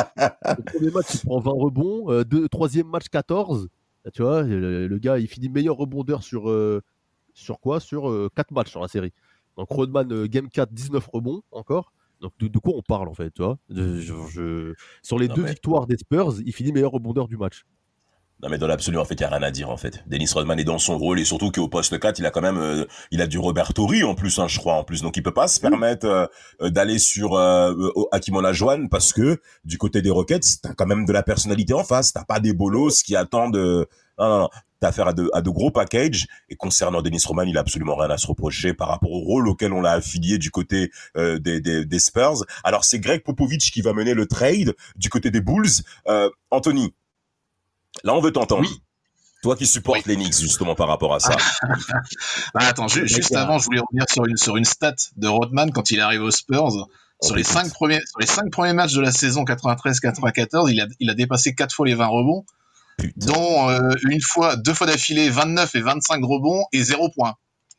le premier match, il prend vingt rebonds. Euh, deux, troisième match, quatorze. Là, tu vois, le, le gars, il finit meilleur rebondeur sur, euh, sur quoi Sur euh, quatre matchs sur la série. Donc Rodman, euh, game quatre, dix-neuf rebonds encore. Donc de, de quoi on parle en fait, tu vois de, je, je... Sur les Non, deux mais- victoires des Spurs, il finit meilleur rebondeur du match. Non mais dans l'absolu en fait il y a rien à dire en fait. Dennis Rodman est dans son rôle et surtout qu'au poste quatre il a quand même euh, il a du Roberto Ri en plus hein, je crois en plus donc il peut pas se permettre euh, euh, d'aller sur euh, euh, Hakim Olajuwon parce que du côté des Rockets t'as quand même de la personnalité en face, t'as pas des bolos qui attendent euh... non non non t'as affaire à de, à de gros packages et concernant Dennis Rodman il a absolument rien à se reprocher par rapport au rôle auquel on l'a affilié du côté euh, des, des, des Spurs. Alors c'est Greg Popovich qui va mener le trade du côté des Bulls. euh, Anthony, là, on veut t'entendre. Oui. Toi qui supportes les Knicks, justement, par rapport à ça. Ah, attends, ju- juste avant, je voulais revenir sur une, sur une stat de Rodman quand il arrive aux Spurs. Sur les, cinq premiers, sur les cinq premiers matchs de la saison quatre-vingt-treize quatre-vingt-quatorze, il a, il a dépassé quatre fois les vingt rebonds, Putain. dont euh, une fois, deux fois d'affilée, vingt-neuf et vingt-cinq rebonds et zéro point.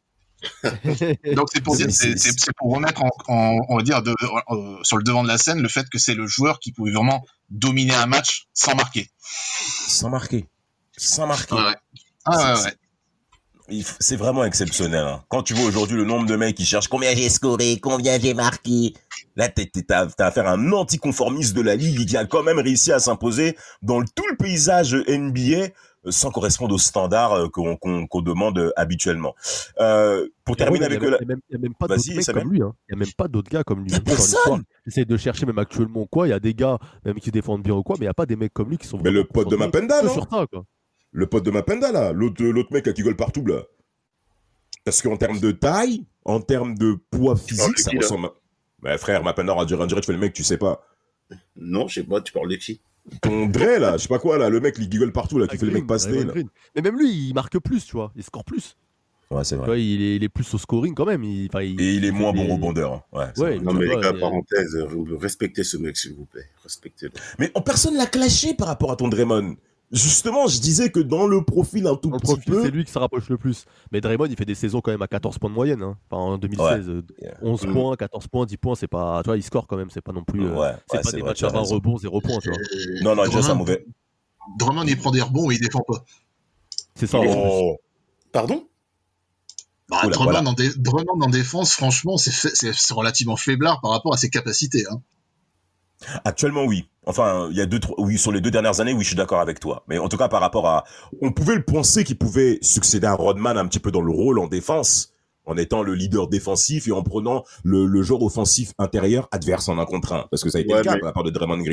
Donc c'est pour dire, c'est, c'est, c'est pour remettre en, en on va dire, de, euh, sur le devant de la scène le fait que c'est le joueur qui pouvait vraiment dominer un match sans marquer. Sans marquer. Sans marquer. Ouais. Ah ouais, ouais. Il f- C'est vraiment exceptionnel. Hein. Quand tu vois aujourd'hui le nombre de mecs qui cherchent combien j'ai scoré, combien j'ai marqué, là t'es, t'es, t'as, t'as affaire à un anticonformiste de la ligue qui a quand même réussi à s'imposer dans le, tout le paysage N B A euh, sans correspondre aux standards euh, qu'on, qu'on, qu'on demande euh, habituellement. Euh, pour terminer avec... Il n'y la- a, même- il y a même pas Vas-y, d'autres mecs Samuel. comme lui. hein. Il n'y a même pas d'autres gars comme lui. Y a Encore une personne. fois, J'essaie de chercher même actuellement ou quoi. Il y a des gars même qui défendent bien ou quoi, mais il n'y a pas des mecs comme lui qui sont Mais le vraiment pote de concentrés Mapenda, que non sur ça, quoi. Le pote de Mapenda, là, l'autre, l'autre mec là, qui gueule partout, là. Parce qu'en termes de taille, en termes de poids physique, de ça qui, là ressemble à... Mais frère, Mapenda, on dirait, on dirait que tu fais le mec, tu sais pas. Non, je sais pas, tu parles de qui? Ton Dre, là, je sais pas quoi, là, le mec, il gueule partout, là, qui fait le mec Green, passer, Draymond là. Green. Mais même lui, il marque plus, tu vois. Il score plus. Ouais, c'est Tu vrai. vois, il, est, il est plus au scoring quand même. Il, enfin, il- Et il est fait moins bon des- rebondeur. hein. Ouais, c'est Ouais, vrai. Non, tu mais vois, les gars, il- parenthèse, vous respectez ce mec, s'il vous plaît. Respectez-le. Mais en personne l'a clashé par rapport à ton Draymond. Justement, je disais que dans le profil un tout Dans le petit profil, peu... c'est lui qui se rapproche le plus. Mais Draymond, il fait des saisons quand même à quatorze points de moyenne. Hein. Enfin, en deux mille seize, euh, onze Mm. points, quatorze points, dix points, c'est pas. Tu vois, il score quand même, c'est pas non plus. euh, Ouais, c'est ouais, pas c'est des vrai, matchs tu as à vingt raison. rebonds, zéro points, tu vois. Non, non, déjà, ça Drummond- mauvais. Drummond, il prend des rebonds, mais il défend pas. C'est ça. en plus. Oh. Pardon? Bah, Oula, Drummond, voilà. en dé- Drummond en défense, franchement, c'est, fait- c'est, c'est relativement faiblard par rapport à ses capacités. Hein. Actuellement, oui. Enfin, il y a deux, trois, oui, sur les deux dernières années, oui, je suis d'accord avec toi. Mais en tout cas, par rapport à, on pouvait le penser qu'il pouvait succéder à Rodman un petit peu dans le rôle en défense, en étant le leader défensif et en prenant le, le joueur offensif intérieur adverse en un contre un. Parce que ça a été Ouais, le cas mais- à la part de Draymond Green.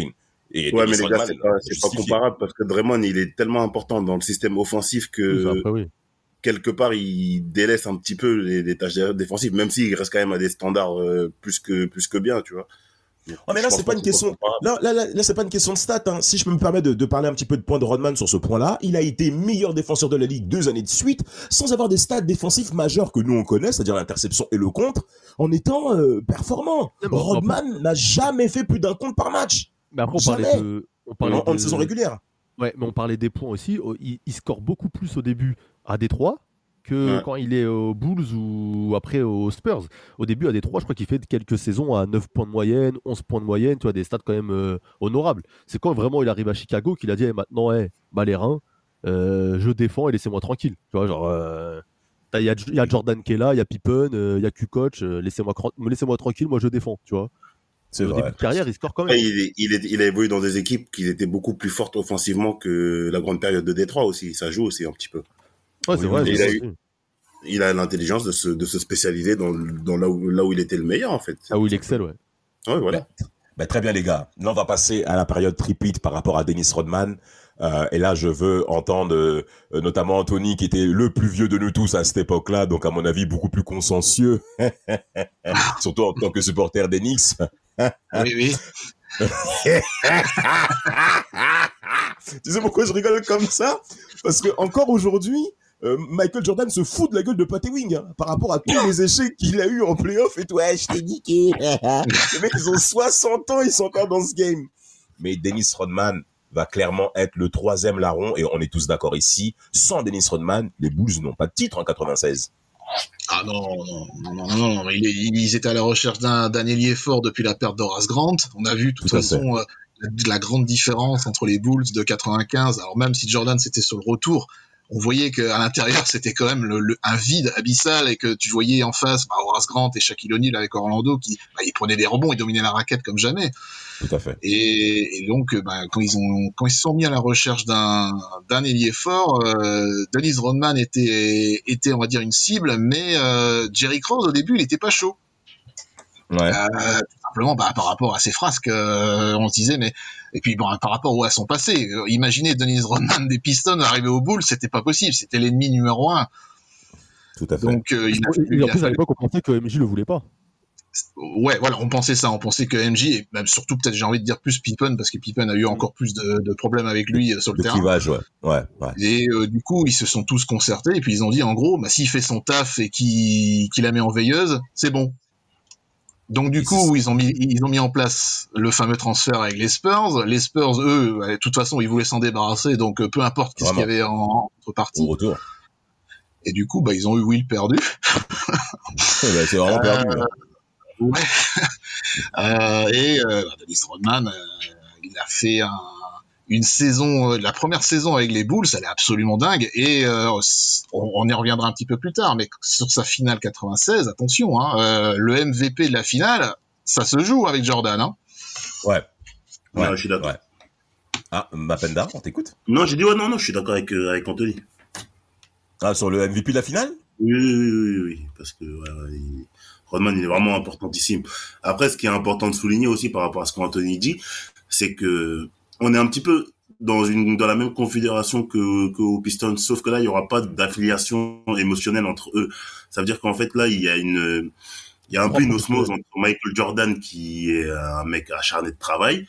Et Ouais, Dennis mais les gars, Rodman, c'est pas, c'est pas justifié. comparable parce que Draymond, il est tellement important dans le système offensif que Oui, après, oui. quelque part, il délaisse un petit peu les, les tâches défensives, même s'il reste quand même à des standards euh, plus que plus que bien, tu vois. Donc, Ouais, mais là, je pense c'est pas que une question. comparable. Là, là, là, là, c'est pas une question de stats. Hein. Si je peux me permettre de, de parler un petit peu de points de Rodman sur ce point-là, il a été meilleur défenseur de la ligue deux années de suite, sans avoir des stats défensifs majeurs que nous on connaît, c'est-à-dire l'interception et le contre, en étant euh, performant. Non, mais en Rodman n'a jamais fait plus d'un contre par match. Mais après, on parlait Jamais. de. On En, parlait en de... saison régulière. Ouais, mais on parlait des points aussi. Oh, Il, il score beaucoup plus au début à Détroit que Ouais. quand il est aux Bulls ou après aux Spurs. Au début, à Détroit, je crois qu'il fait quelques saisons à neuf points de moyenne, onze points de moyenne, tu vois, des stats quand même euh, honorables. C'est quand vraiment il arrive à Chicago qu'il a dit, eh, maintenant, hey, bah les reins, euh, je défends et laissez-moi tranquille. Tu vois, genre, euh, t'as- il y, a- il y a Jordan qui est là, il y a Pippen, euh, il y a Kukoc, euh, laissez-moi, cran- laissez-moi tranquille, moi je défends, tu vois. C'est Au vrai. début de carrière, il score quand Après, même. il, est- il, est- il a évolué dans des équipes qui étaient beaucoup plus fortes offensivement que la grande période de Détroit aussi. Ça joue aussi un petit peu. Ouais, c'est Oui, vrai. oui, il c'est a vrai eu- aussi. Il a l'intelligence de se, de se spécialiser dans, dans là, où, là où il était le meilleur, en fait. Ah oui, il excelle, ouais. Ouais, voilà. Ben, très bien, les gars. Là, on va passer à la période tripite par rapport à Dennis Rodman. Euh, et là, je veux entendre euh, notamment Anthony, qui était le plus vieux de nous tous à cette époque-là, donc à mon avis beaucoup plus consciencieux, surtout en tant que supporter des Knicks. Oui, oui. Tu sais pourquoi je rigole comme ça? Parce que encore aujourd'hui, euh, Michael Jordan se fout de la gueule de Pat Ewing hein, par rapport à tous les échecs qu'il a eu en playoff et tout. Ouais, je t'ai niqué. Les mecs, ils ont soixante ans, ils sont encore dans ce game. Mais Dennis Rodman va clairement être le troisième larron et on est tous d'accord ici. Sans Dennis Rodman, les Bulls n'ont pas de titre en quatre-vingt-seize. Ah non, non, non, non, non, non. Il est- ils étaient à la recherche d'un, d'un ailier fort depuis la perte d'Horace Grant. On a vu de toute Tout à façon euh, la, la grande différence entre les Bulls de quatre-vingt-quinze. Alors même si Jordan c'était sur le retour, on voyait qu'à l'intérieur c'était quand même le, le- un vide abyssal et que tu voyais en face bah, Horace Grant et Shaquille O'Neal avec Orlando qui bah, ils prenaient des rebonds, ils dominaient la raquette comme jamais. Tout à fait. Et, et donc, bah, quand ils ont, quand ils se sont mis à la recherche d'un, d'un ailier fort, euh, Dennis Rodman était, était, on va dire, une cible, mais euh, Jerry Krause au début, il était pas chaud. Ouais. Euh, tout simplement, bah, par rapport à ses frasques, euh, on se disait, mais et puis bon, par rapport à son passé, euh, imaginez Dennis Rodman des Pistons arriver au Bulls, c'était pas possible, c'était l'ennemi numéro un. Tout à fait. Donc, euh, il a, Et il en a plus, à fallu- l'époque, on pensait que M J le voulait pas. Ouais, voilà, on pensait ça, on pensait que M J, et même surtout peut-être j'ai envie de dire plus Pippen, parce que Pippen a eu encore plus de, de problèmes avec lui euh, sur le Le terrain. clivage, ouais. Ouais, ouais. Et euh, du coup, ils se sont tous concertés, et puis ils ont dit, en gros, bah, s'il fait son taf et qu'il, qu'il la met en veilleuse, c'est bon. Donc du Et coup, c'est- ils ont mis, ils ont mis en place le fameux transfert avec les Spurs. Les Spurs, eux, de toute façon, ils voulaient s'en débarrasser, donc euh, peu importe ce qu'il y Vraiment. avait en, en contrepartie. Au retour. Et du coup, bah, ils ont eu Will perdu. Eh ben, c'est vraiment perdu. hein. Ouais. euh, et euh, bah, Dennis Rodman, euh, il a fait un, une saison, euh, la première saison avec les Bulls, elle est absolument dingue. Et euh, on, on y reviendra un petit peu plus tard, mais sur sa finale quatre-vingt-seize, attention, hein, euh, le M V P de la finale, ça se joue avec Jordan. Hein. Ouais. Ouais, je suis d'accord. Ouais. Ah, Mapenda, on t'écoute? Non, j'ai dit ouais, non, non, je suis d'accord avec, euh, avec Anthony. Ah, sur le M V P de la finale? Oui, oui, oui, oui, oui, parce que ouais, ouais, il- Rodman, il est vraiment importantissime. Après, ce qui est important de souligner aussi par rapport à ce qu'Anthony dit, c'est que on est un petit peu dans une dans la même configuration que que aux Pistons, sauf que là, il y aura pas d'affiliation émotionnelle entre eux. Ça veut dire qu'en fait, là, il y a une il y a un peu une osmose entre Michael Jordan, qui est un mec acharné de travail.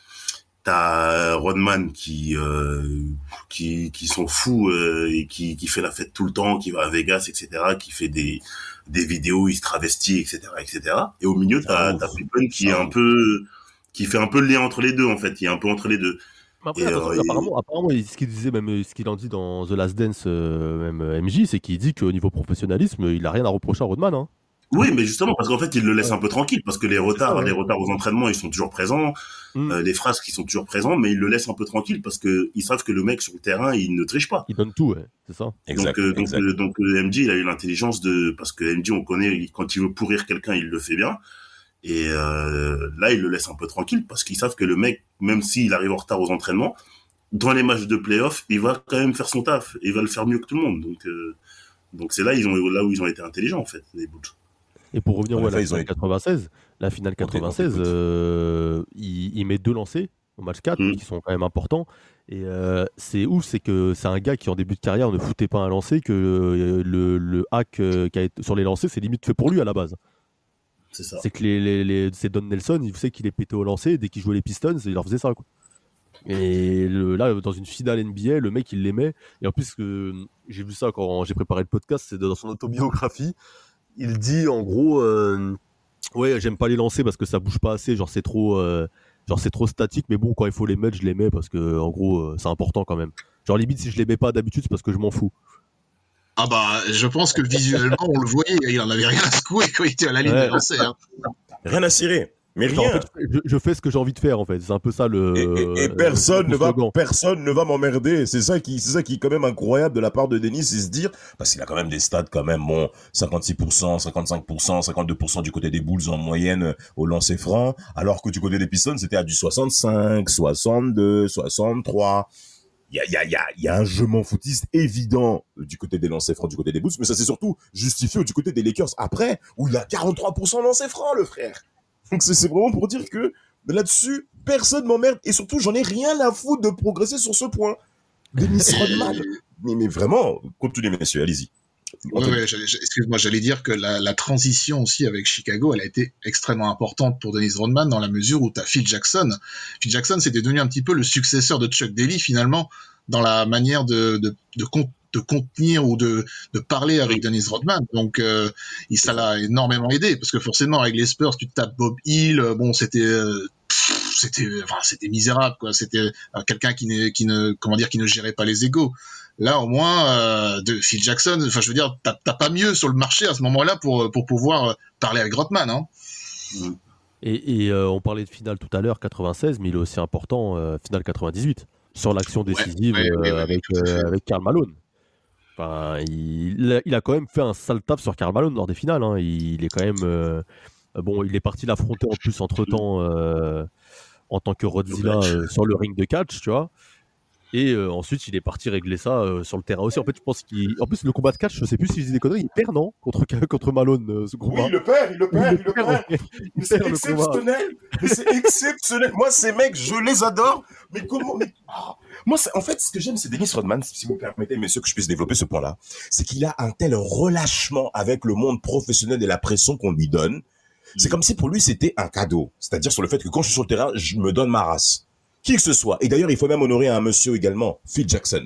T'as Rodman qui euh, qui qui sont fous euh, et qui qui fait la fête tout le temps, qui va à Vegas, et cetera, qui fait des des vidéos, il se travestit, et cetera, et cetera. Et au milieu, t'as Ça t'as ouvre. Pippen qui Ça est un ouvre. peu qui fait un peu le lien entre les deux, en fait, qui est un peu entre les deux. Mais après, Et, attention, euh, et- apparemment, apparemment, il- ce qu'il disait, même euh, ce qu'il en dit dans The Last Dance, euh, même euh, M J, c'est qu'il dit qu'au niveau professionnalisme, il a rien à reprocher à Rodman. Hein. Oui, mais justement, parce qu'en fait, il le laisse un peu tranquille, parce que les retards, ça, ouais. les retards aux entraînements, ils sont toujours présents, Mm. euh, les phrases qui sont toujours présents, mais ils le laissent un peu tranquille, parce que ils savent que le mec sur le terrain, il ne triche pas. Il donne tout, ouais, c'est ça. Exact. donc, euh, donc, exact. euh, donc euh, M J, il a eu l'intelligence de, parce que M J, on connaît, il- quand il veut pourrir quelqu'un, il le fait bien. Et euh, là, il le laisse un peu tranquille, parce qu'ils savent que le mec, même s'il arrive en retard aux entraînements, dans les matchs de play-off, il va quand même faire son taf, il va le faire mieux que tout le monde. Donc, euh, donc c'est là, ils ont, là où ils ont été intelligents, en fait, les Bulls. Et pour revenir En ouais, à effet, la ils ont finale été- quatre-vingt-seize, la finale On t'écoute, on quatre-vingt-seize, t'écoute. euh, il, il met deux lancers au match quatre, Mm. qui sont quand même importants. Et euh, c'est ouf, c'est que c'est un gars qui en début de carrière ne foutait pas un lancer, que euh, le, le hack euh, qui a été sur les lancers, c'est limite fait pour lui à la base. C'est ça. C'est que les, les, les- c'est Don Nelson, il sait qu'il est pété au lancer, dès qu'il jouait les Pistons, il leur faisait ça, quoi. Et le- là, dans une finale N B A, le mec, il l'aimait. Et en plus, que, j'ai vu ça quand j'ai préparé le podcast, c'est dans son autobiographie. Il dit, en gros, euh, ouais, j'aime pas les lancer parce que ça bouge pas assez, genre c'est trop, euh, genre c'est trop statique, mais bon, quand il faut les mettre, je les mets parce que, en gros, euh, c'est important quand même. Genre, limite, si je les mets pas d'habitude, c'est parce que je m'en fous. Ah bah, je pense que visuellement, on le voyait, il en avait rien à secouer quand il était à la ligne Ouais. de lancer. Hein. Rien à cirer. Mais Genre, en rien. fait, je, je fais ce que j'ai envie de faire, en fait. C'est un peu ça le. Et, et- et personne le ne va, slogan. personne ne va m'emmerder. C'est ça qui, c'est ça qui est quand même incroyable de la part de Dennis, c'est se dire, parce qu'il a quand même des stats quand même, bon, cinquante-six pour cent, cinquante-cinq pour cent, cinquante-deux pour cent du côté des Bulls en moyenne au lancer franc, alors que du côté des Pistons, c'était à du soixante-cinq, soixante-deux, soixante-trois. Il y a, il y a, il y a, il y a un jeu m'en foutiste évident du côté des lancers francs, du côté des Bulls, mais ça c'est surtout justifié du côté des Lakers après, où il a quarante-trois pour cent lancers francs, le frère. Donc c'est c'est vraiment pour dire que là-dessus, personne m'emmerde. Et surtout, j'en ai rien à foutre de progresser sur ce point. Dennis Rodman. mais, mais vraiment, continuez, messieurs, allez-y. Ouais, ouais, j'allais- j'allais- excuse-moi, j'allais dire que la, la transition aussi avec Chicago, elle a été extrêmement importante pour Dennis Rodman dans la mesure où tu as Phil Jackson. Phil Jackson, c'était devenu un petit peu le successeur de Chuck Daly finalement dans la manière de, de, de, con- de contenir ou de, de parler avec Dennis Rodman. Donc, euh, il, ça l'a énormément aidé parce que forcément, avec les Spurs, tu te tapes Bob Hill, euh, bon, c'était... euh, pff, c'était enfin c'était misérable quoi, c'était euh, quelqu'un qui ne qui ne comment dire qui ne gérait pas les égos. Là, au moins, euh, de Phil Jackson, enfin, je veux dire, t'as, t'as pas mieux sur le marché à ce moment-là pour, pour pouvoir euh, parler avec Rodman, hein. Et, et euh, on parlait de finale tout à l'heure, quatre-vingt-seize, mais il est aussi important, euh, finale quatre-vingt-dix-huit, sur l'action décisive ouais, euh, ouais, ouais, avec, tout à fait. euh, avec Karl Malone. Enfin, il, a- il a quand même fait un sale taf sur Karl Malone lors des finales. Hein. Il, il est quand même. euh, bon, il est parti l'affronter en plus entre-temps euh, en tant que Rodzilla euh, sur le ring de catch, tu vois. Et euh, ensuite, il est parti régler ça euh, sur le terrain aussi. En fait, je pense qu'il. En plus, le combat de catch, je sais plus si je dis des conneries, il perd, non, contre, contre Malone, euh, ce combat. Oui, il le perd, il le perd, il le perd, perd. ouais. Mais Il c'est perd le combat. exceptionnel. Mais c'est exceptionnel. Moi, ces mecs, je les adore. Mais comment mais... ah. Moi, c'est- en fait, ce que j'aime, c'est Dennis Rodman, si vous me permettez, messieurs, que je puisse développer ce point-là. C'est qu'il a un tel relâchement avec le monde professionnel et la pression qu'on lui donne. C'est comme si pour lui, c'était un cadeau. C'est-à-dire sur le fait que quand je suis sur le terrain, je me donne ma race. Qui que ce soit. Et d'ailleurs, il faut même honorer un monsieur également, Phil Jackson,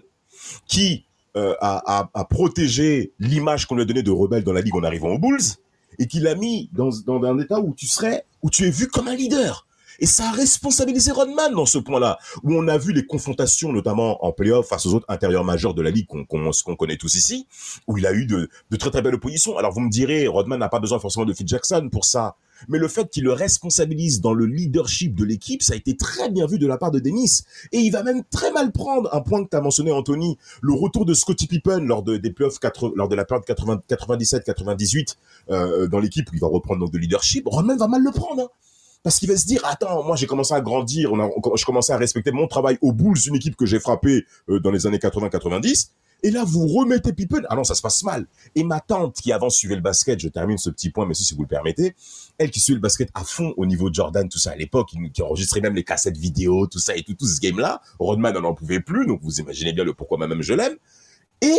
qui euh, a, a, a protégé l'image qu'on lui a donnée de rebelle dans la ligue en arrivant aux Bulls et qui l'a mis dans, dans un état où tu serais, où tu es vu comme un leader. Et ça a responsabilisé Rodman dans ce point-là, où on a vu les confrontations, notamment en play-off face aux autres intérieurs majeurs de la ligue qu'on qu'on, qu'on connaît tous ici, où il a eu de, de très très belles oppositions. Alors vous me direz, Rodman n'a pas besoin forcément de Phil Jackson pour ça, mais le fait qu'il le responsabilise dans le leadership de l'équipe, ça a été très bien vu de la part de Dennis. Et il va même très mal prendre un point que tu as mentionné, Anthony, le retour de Scottie Pippen lors de, des playoffs quatre, lors de la période quatre-vingts, quatre-vingt-dix-sept quatre-vingt-dix-huit euh, dans l'équipe où il va reprendre donc de leadership. Rodman va mal le prendre, hein. Parce qu'il va se dire, attends, moi j'ai commencé à grandir, on a, on, je commençais à respecter mon travail aux Bulls, une équipe que j'ai frappée euh, dans les années quatre-vingts quatre-vingt-dix, et là vous remettez Pippen, ah non, ça se passe mal. Et ma tante qui avant suivait le basket, je termine ce petit point, mais si, si vous le permettez, elle qui suivait le basket à fond au niveau de Jordan, tout ça à l'époque, qui, qui enregistrait même les cassettes vidéo, tout ça et tout, tout ce game-là, Rodman n'en pouvait plus, donc vous imaginez bien le pourquoi moi-même je l'aime, et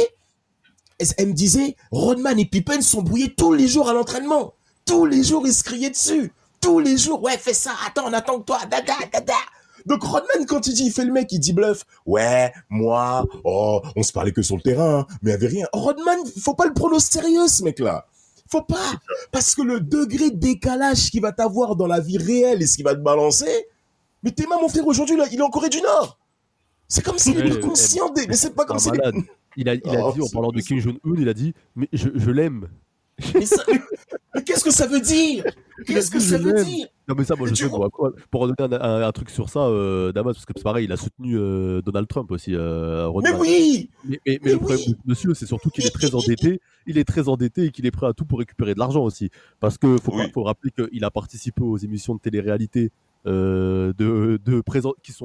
elle me disait, Rodman et Pippen sont brouillés tous les jours à l'entraînement, tous les jours ils se criaient dessus. Tous les jours, ouais, fais ça, attends, on attend que toi, dada, dada. Donc Rodman, quand il dit, il fait le mec, il dit bluff. Ouais, moi, oh, on se parlait que sur le terrain, hein, mais il y avait rien. Rodman, faut pas le prendre au sérieux, ce mec-là. Faut pas. Parce que le degré de décalage qu'il va t'avoir dans la vie réelle et ce qu'il va te balancer, mais t'es mains, mon frère, aujourd'hui, là, il est en Corée du Nord. C'est comme s'il Ouais, est conscient des, mais c'est pas comme C'est s'il un est... malade. Il a, il a Oh, dit, en c'est parlant de Kim Jong-un, il a dit, mais je, je l'aime. Mais, ça- mais qu'est-ce que ça veut dire? Qu'est-ce que ça veut dire? Non mais ça, moi je Tu sais, vois- bon, quoi, pour redonner un, un- un truc sur ça, euh, Damas, parce que c'est pareil, il a soutenu euh, Donald Trump aussi, euh, Mais Rodman. oui! Mais, mais- mais Mais le problème oui. de ce monsieur, c'est surtout qu'il est très endetté, il est très endetté et qu'il est prêt à tout pour récupérer de l'argent aussi. Parce que faut, Oui. pas- faut rappeler qu'il a participé aux émissions de télé-réalité euh, de, de présent, qui sont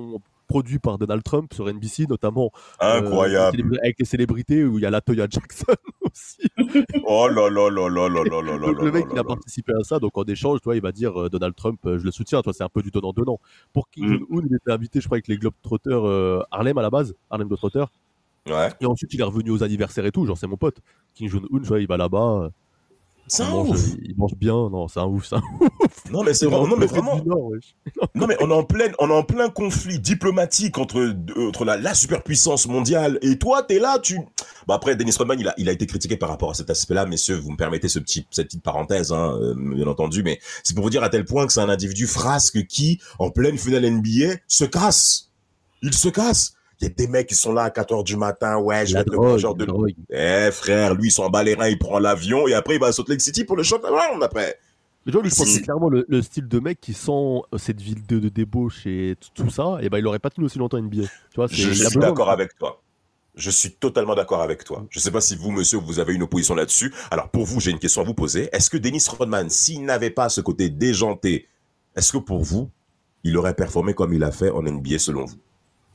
produit par Donald Trump sur N B C, notamment incroyable euh, avec les célébrités où il y a Latoya Jackson aussi. Oh là là là là là là là là. Donc le mec là, il là, a participé à ça, donc en échange, toi, il va dire euh, Donald Trump, euh, je le soutiens, toi, c'est un peu du donnant donnant. Pour Kim Mm. Jong-un, il était invité, je crois, avec les Globetrotters euh, Harlem à la base, Harlem Globetrotters. Ouais. Et ensuite, il est revenu aux anniversaires et tout, genre c'est mon pote. Kim Jong-un, tu vois, il va là-bas. Euh, C'est il, un mange, ouf. il mange bien, non, c'est un ouf, c'est un ouf. Non mais c'est vraiment, non mais vraiment. Du Nord, wesh. Non mais on est en plein, on est en plein conflit diplomatique entre entre la, la superpuissance mondiale et toi t'es là tu. Bah après Dennis Rodman il a il a été critiqué par rapport à cet aspect-là, messieurs, vous me permettez ce petit cette petite parenthèse hein, euh, bien entendu, mais c'est pour vous dire à tel point que c'est un individu frasque qui en pleine finale N B A se casse, il se casse. Il y a des mecs qui sont là à quatre heures du matin, ouais, je vais être le grand genre de. Eh frère, lui il s'en bat les reins, il prend l'avion et après il va à Salt Lake City pour le shot round après. Mais tu vois, lui, je pense que C'est- c'est clairement le, le style de mec qui sent euh, cette ville de, de débauche et t- tout ça, et ben il aurait pas tenu aussi longtemps N B A. Tu vois, c'est, Je il a suis besoin d'accord de- avec toi. Je suis totalement d'accord avec toi. Je sais pas si vous, monsieur, vous avez une opposition là-dessus. Alors, pour vous, j'ai une question à vous poser. Est-ce que Dennis Rodman, s'il n'avait pas ce côté déjanté, est-ce que pour vous, il aurait performé comme il a fait en N B A selon vous?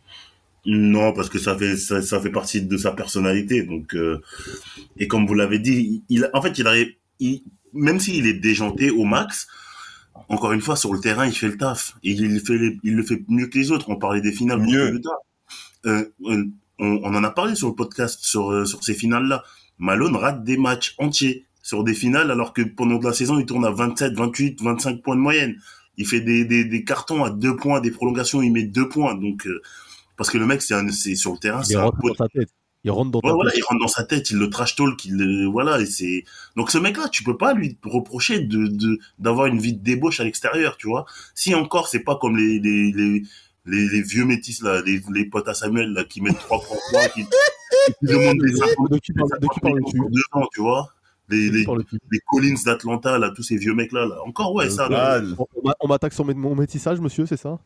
Non, parce que ça fait ça, ça fait partie de sa personnalité. Donc, euh, et comme vous l'avez dit, il, en fait, il arrive, il, même s'il est déjanté au max, encore une fois, sur le terrain, il fait le taf. Et il fait, les, il le fait mieux que les autres. On parlait des finales contre Mieux. Utah. Euh, on, on en a parlé sur le podcast sur euh, sur ces finales-là. Malone rate des matchs entiers sur des finales, alors que pendant la saison, il tourne à vingt-sept, vingt-huit, vingt-cinq points de moyenne. Il fait des des, des cartons à deux points, des prolongations, il met deux points. Donc euh, parce que le mec, c'est, un, c'est sur le terrain, il c'est un rentre pot- dans sa tête. Il rentre dans Ouais, ta voilà, tête. il rentre dans sa tête, il le trash talk, il le, voilà, et c'est, donc ce mec-là, tu peux pas lui reprocher de, de, d'avoir une vie de débauche à l'extérieur, tu vois. Si encore, c'est pas comme les, les, les, les, les vieux métis, là, les, les potes à Samuel, là, qui mettent trois points, qui, qui demandent des De qui parle- de qui parles-tu pour deux ans, tu vois. Les, De qui les, parles-tu les Collins d'Atlanta, là, tous ces vieux mecs-là, là. Encore, ouais, ça, là. Ah, On, on m'a- on m'attaque sur mes- mon métissage, monsieur, c'est ça?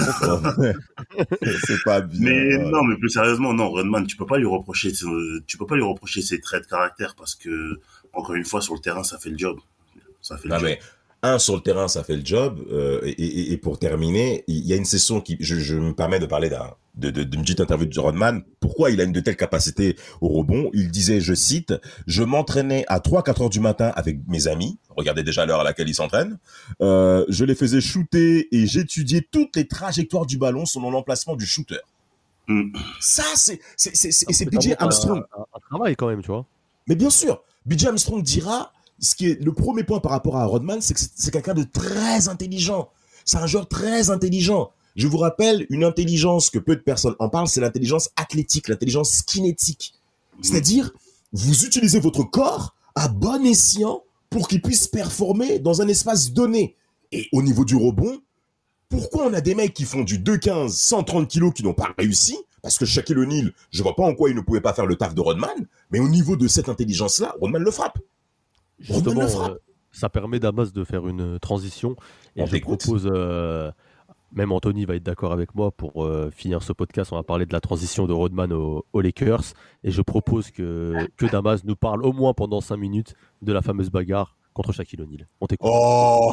c'est pas bien. Mais non, mais plus sérieusement, non, Rodman, tu peux pas lui reprocher, ce- tu peux pas lui reprocher ses traits de caractère parce que, encore une fois, sur le terrain, ça fait le job. Ça fait le Non, job. mais un, sur le terrain, ça fait le job. euh, et, et, et pour terminer, il y a une session qui, je, je me permets de parler d'un, de, de, d'une petite interview de Rodman. Pourquoi il a une de telles capacités au rebond? Il disait, je cite, je m'entraînais à trois quatre heures du matin avec mes amis. Regardez déjà l'heure à laquelle ils s'entraînent. Euh, je les faisais shooter et j'étudiais toutes les trajectoires du ballon selon l'emplacement du shooter. Mm. Ça, c'est, c'est, c'est, c'est, et c'est Ça B J montre un- Armstrong. Un, un travail quand même, tu vois. Mais bien sûr, B J Armstrong dira, ce qui est le premier point par rapport à Rodman, c'est que c'est, c'est quelqu'un de très intelligent. C'est un joueur très intelligent. Je vous rappelle, une intelligence que peu de personnes en parlent, c'est l'intelligence athlétique, l'intelligence kinétique. C'est-à-dire, vous utilisez votre corps à bon escient pour qu'il puisse performer dans un espace donné. Et au niveau du rebond, pourquoi on a des mecs qui font du deux quinze, cent trente kilos qui n'ont pas réussi? Parce que Shaquille O'Neal, je vois pas en quoi il ne pouvait pas faire le taf de Rodman, mais au niveau de cette intelligence-là, Rodman le frappe. Rodman Justement, le frappe. euh, ça permet Damas de faire une transition. Et On je t'écoute. propose, euh, même Anthony va être d'accord avec moi, pour euh, finir ce podcast, on va parler de la transition de Rodman au- aux Lakers. Et je propose que, que Damas nous parle au moins pendant cinq minutes de la fameuse bagarre contre Shaquille O'Neal. On t'écoute. Oh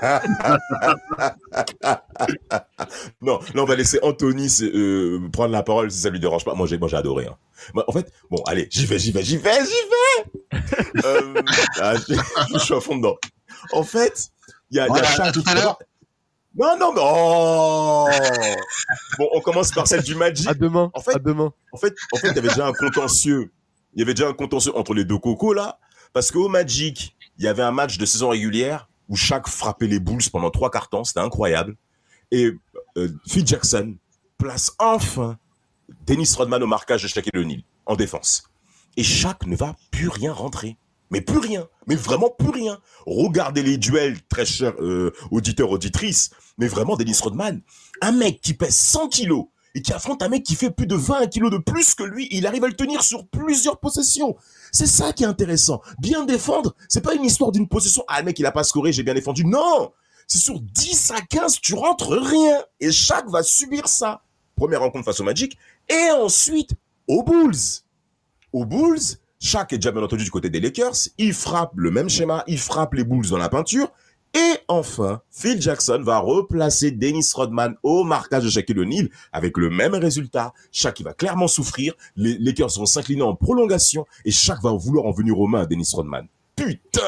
Non, là on va laisser Anthony euh, prendre la parole si ça lui dérange pas. Moi j'ai, moi j'ai adoré. Hein. Bah, en fait, bon, allez, j'y vais, j'y vais, j'y vais, j'y vais. euh, ah, je, je suis à fond dedans. En fait, il y a, il y a Voilà, chaque- à tout à l'heure. Non, non, mais oh Bon, on commence par celle du Magic. À demain. En fait, à demain. En fait, en fait, il y avait déjà un contentieux. Il y avait déjà un contentieux entre les deux cocos là, parce qu'au Magic, il y avait un match de saison régulière où chaque frappait les Bulls pendant trois quarts temps, c'était incroyable. Et euh, Phil Jackson place enfin Dennis Rodman au marquage de Shaquille O'Neal en défense. Et Shaq ne va plus rien rentrer. Mais plus rien. Mais vraiment plus rien. Regardez les duels, très chers euh, auditeurs, auditrices. Mais vraiment, Dennis Rodman, un mec qui pèse cent kilos et qui affronte un mec qui fait plus de vingt kilos de plus que lui, il arrive à le tenir sur plusieurs possessions. C'est ça qui est intéressant. Bien défendre, c'est pas une histoire d'une possession. Ah, le mec, il a pas scoré, j'ai bien défendu. Non! C'est sur dix à quinze, tu rentres rien. Et Shaq va subir ça. Première rencontre face au Magic. Et ensuite, aux Bulls. Aux Bulls, Shaq est déjà bien entendu du côté des Lakers. Il frappe le même schéma. Il frappe les Bulls dans la peinture. Et enfin, Phil Jackson va replacer Dennis Rodman au marquage de Shaquille O'Neal avec le même résultat. Shaq va clairement souffrir, les Lakers vont s'incliner en prolongation et Shaq va vouloir en venir aux mains à Dennis Rodman. Putain!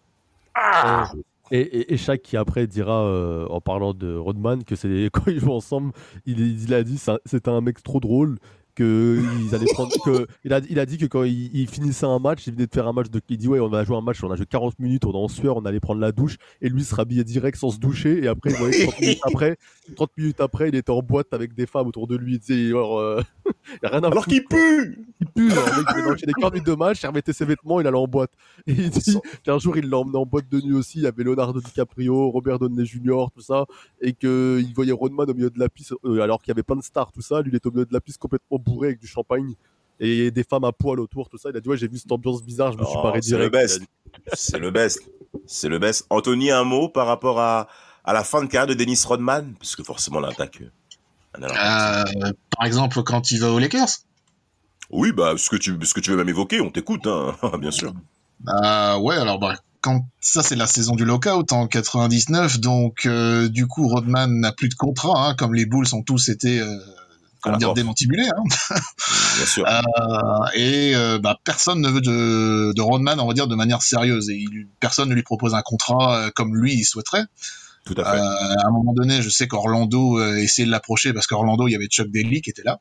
Ah! Et, et, et Shaq qui après dira, euh, en parlant de Rodman, que c'est quand ils jouent ensemble, il, il a dit que c'était un mec trop drôle. Que ils allaient prendre, que, il, a, il a dit que quand il, il finissait un match, il venait de faire un match, de, il dit ouais on a joué un match, on a joué quarante minutes, on est en sueur, on allait prendre la douche, et lui se rhabillait direct sans se doucher, et après, voyez, trente minutes après, trente minutes après, il était en boîte avec des femmes autour de lui, il disait, alors, euh, il a rien à alors foutre, qu'il quoi. pue Il pue, alors, le mec, il avait enchaîné quarante minutes de match, il remettait ses vêtements, il allait en boîte. Et il dit qu'un jour, il l'a emmené en boîte de nuit aussi, il y avait Leonardo DiCaprio, Robert Downey junior, tout ça, et qu'il voyait Rodman au milieu de la piste, euh, alors qu'il y avait plein de stars, tout ça, lui, il était au milieu de la piste complètement bourré avec du champagne, et des femmes à poil autour, tout ça. Il a dit ouais, j'ai vu cette ambiance bizarre, je me suis Oh, barré c'est direct. le best. C'est le best. C'est le best. Anthony, un mot par rapport à, à la fin de carrière de Dennis Rodman? Parce que forcément, l'attaque. Euh, par exemple, quand il va aux Lakers. Oui, bah, ce que tu, ce que tu veux même évoquer, on t'écoute, hein, bien sûr. Euh, ouais, alors, bah, quand, ça, c'est la saison du lockout en quatre-vingt-dix-neuf, donc, euh, du coup, Rodman n'a plus de contrat, hein, comme les Bulls ont tous été, euh, comment dire, démantibulés, hein. Bien sûr. Euh, et, euh, bah, personne ne veut de, de Rodman, on va dire, de manière sérieuse, et il, personne ne lui propose un contrat euh, comme lui, il souhaiterait. Tout à fait. Euh, à un moment donné, je sais qu'Orlando euh, essayait de l'approcher parce qu'Orlando, il y avait Chuck Daly qui était là.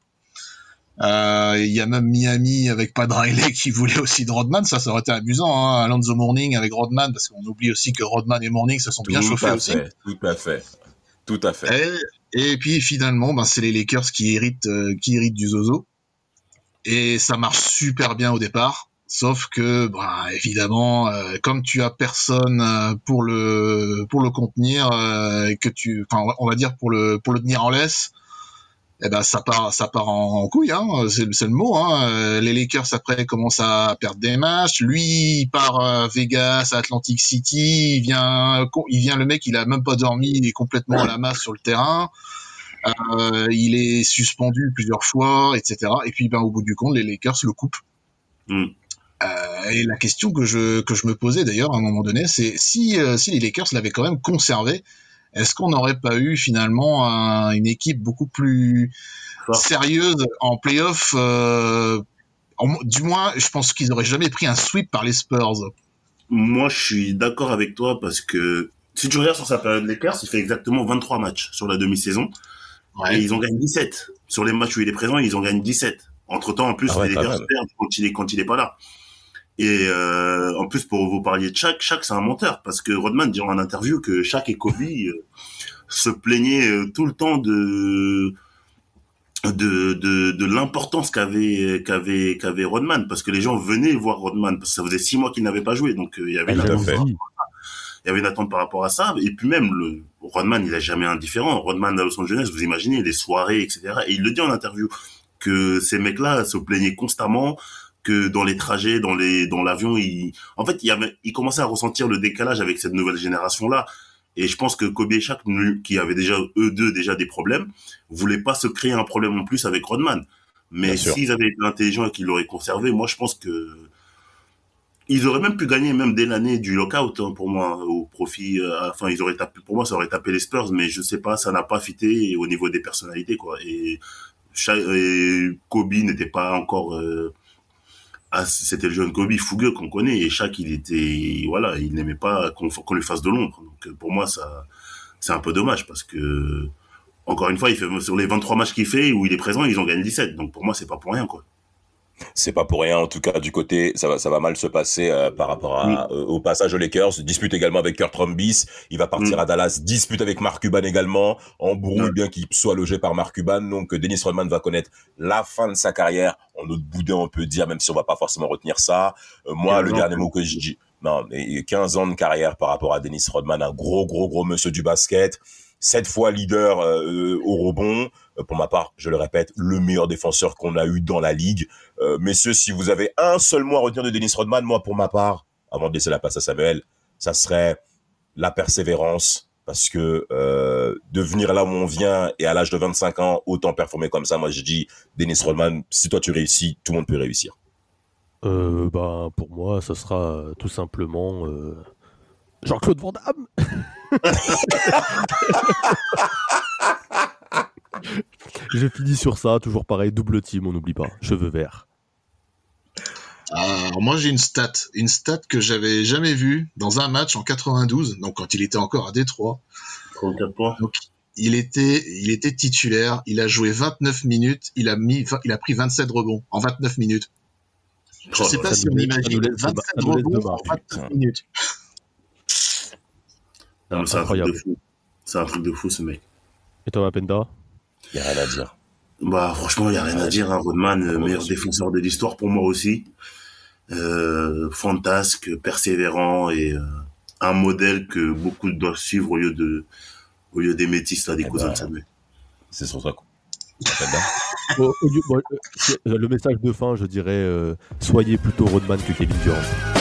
Euh, il y a même Miami avec Pat Riley qui voulait aussi de Rodman. Ça, ça aurait été amusant, hein. Alonzo Mourning avec Rodman, parce qu'on oublie aussi que Rodman et Mourning se sont bien tout chauffés à aussi. Fait, tout à fait. Tout à fait. Et, et puis finalement, ben, c'est les Lakers qui héritent, euh, qui héritent du zozo. Et ça marche super bien au départ. Sauf que, bah, évidemment, euh, comme tu as personne euh, pour le pour le contenir, euh, que tu, enfin, on va dire pour le pour le tenir en laisse, eh ben ça part ça part en, en couille, hein, c'est, c'est le mot. Hein. Les Lakers après commencent à perdre des matchs. Lui, il part à Vegas, à Atlantic City. Il vient, il vient le mec, il a même pas dormi, il est complètement à la masse sur le terrain. Euh, il est suspendu plusieurs fois, et cetera. Et puis, ben au bout du compte, les Lakers le coupent. Mm. Euh, et la question que je que je me posais d'ailleurs à un moment donné, c'est si euh, si les Lakers l'avaient quand même conservé, est-ce qu'on n'aurait pas eu finalement un, une équipe beaucoup plus sérieuse en play-off euh, en, du moins, je pense qu'ils auraient jamais pris un sweep par les Spurs. Moi, je suis d'accord avec toi parce que si tu regardes sur sa période Lakers, il fait exactement vingt-trois matchs sur la demi-saison. Ouais. Et ils ont gagné dix-sept. Sur les matchs où il est présent, ils ont gagné dix-sept. Entre-temps, en plus, ah ouais, les Lakers perdent quand il est, quand il est pas là. Et euh, en plus, pour vous parliez de Shaq, Shaq c'est un menteur parce que Rodman dit en interview que Shaq et Kobe euh, se plaignaient euh, tout le temps de de de, de l'importance qu'avait qu'avait qu'avait Rodman parce que les gens venaient voir Rodman parce que ça faisait six mois qu'il n'avait pas joué, donc euh, il y avait une attente, il y avait une attente par rapport à ça. Et puis même le Rodman, il est jamais indifférent. Rodman à Los Angeles, vous imaginez les soirées, et cetera. Et il le dit en interview que ces mecs-là se plaignaient constamment. Que dans les trajets, dans les, dans l'avion, il, en fait, il y avait, il commençait à ressentir le décalage avec cette nouvelle génération-là. Et je pense que Kobe et Shaq, qui avaient déjà, eux deux, déjà des problèmes, voulaient pas se créer un problème en plus avec Rodman. Mais s'ils avaient été intelligents et qu'ils l'auraient conservé, moi, je pense que, ils auraient même pu gagner même dès l'année du lockout, hein, pour moi, au profit, euh, enfin, ils auraient tapé, pour moi, ça aurait tapé les Spurs, mais je sais pas, ça n'a pas fité au niveau des personnalités, quoi. Et, Shaq, et Kobe n'était pas encore, euh, Ah, c'était le jeune Kobe fougueux qu'on connaît et Shaq il était voilà il n'aimait pas qu'on, qu'on lui fasse de l'ombre, donc pour moi ça c'est un peu dommage parce que encore une fois il fait sur les vingt-trois matchs qu'il fait où il est présent ils ont gagné dix-sept, donc pour moi c'est pas pour rien quoi. C'est pas pour rien, en tout cas, du côté, ça va, ça va mal se passer euh, par rapport à, oui. euh, au passage aux Lakers. Dispute également avec Kurt Rambis. Il va partir mm. à Dallas. Dispute avec Mark Cuban également. Embrouille ouais. bien qu'il soit logé par Mark Cuban. Donc, Dennis Rodman va connaître la fin de sa carrière. En autre boudin, on peut dire, même si on va pas forcément retenir ça. Euh, moi, le dernier mot que je dis, non, mais quinze ans de carrière par rapport à Dennis Rodman, un gros, gros, gros monsieur du basket. Sept fois leader euh, au rebond. Euh, pour ma part, je le répète, le meilleur défenseur qu'on a eu dans la ligue. Euh, messieurs, si vous avez un seul mot à retenir de Dennis Rodman, moi, pour ma part, avant de laisser la place à Samuel, ça serait la persévérance. Parce que euh, de venir là où on vient et à l'âge de vingt-cinq ans, autant performer comme ça, moi je dis, Dennis Rodman, si toi tu réussis, tout le monde peut réussir. Euh, bah, pour moi, ça sera tout simplement euh, Jean-Claude Van Damme. Je finis sur ça, toujours pareil, double team, on n'oublie pas, cheveux verts. Alors moi j'ai une stat, une stat que j'avais jamais vue dans un match en quatre-vingt-douze, donc quand il était encore à Détroit. trente-quatre points. Donc il était, il était titulaire, il a joué vingt-neuf minutes, il a mis, il a pris vingt-sept rebonds en vingt-neuf minutes. Je Oh, sais pas ça si nous on laisse- imagine ça nous laisse de- vingt-sept ça nous laisse de rebonds en marge, vingt-neuf putain. minutes. Non, mais c'est un truc Incroyable. de fou. C'est un truc de fou, ce mec. Et toi, Penda? Il n'y a rien à dire. Bah, franchement, il n'y a rien à dire. Hein. Rodman, euh, meilleur défenseur de l'histoire pour moi aussi. Euh, fantasque, persévérant et euh, un modèle que beaucoup doivent suivre au lieu de, au lieu des métis, là, des Eh cousins ben, de Samuel. C'est sur ça. quoi. Au- au lieu- bon, euh, si- euh, le message de fin, je dirais euh, soyez plutôt Rodman que Kevin Durant.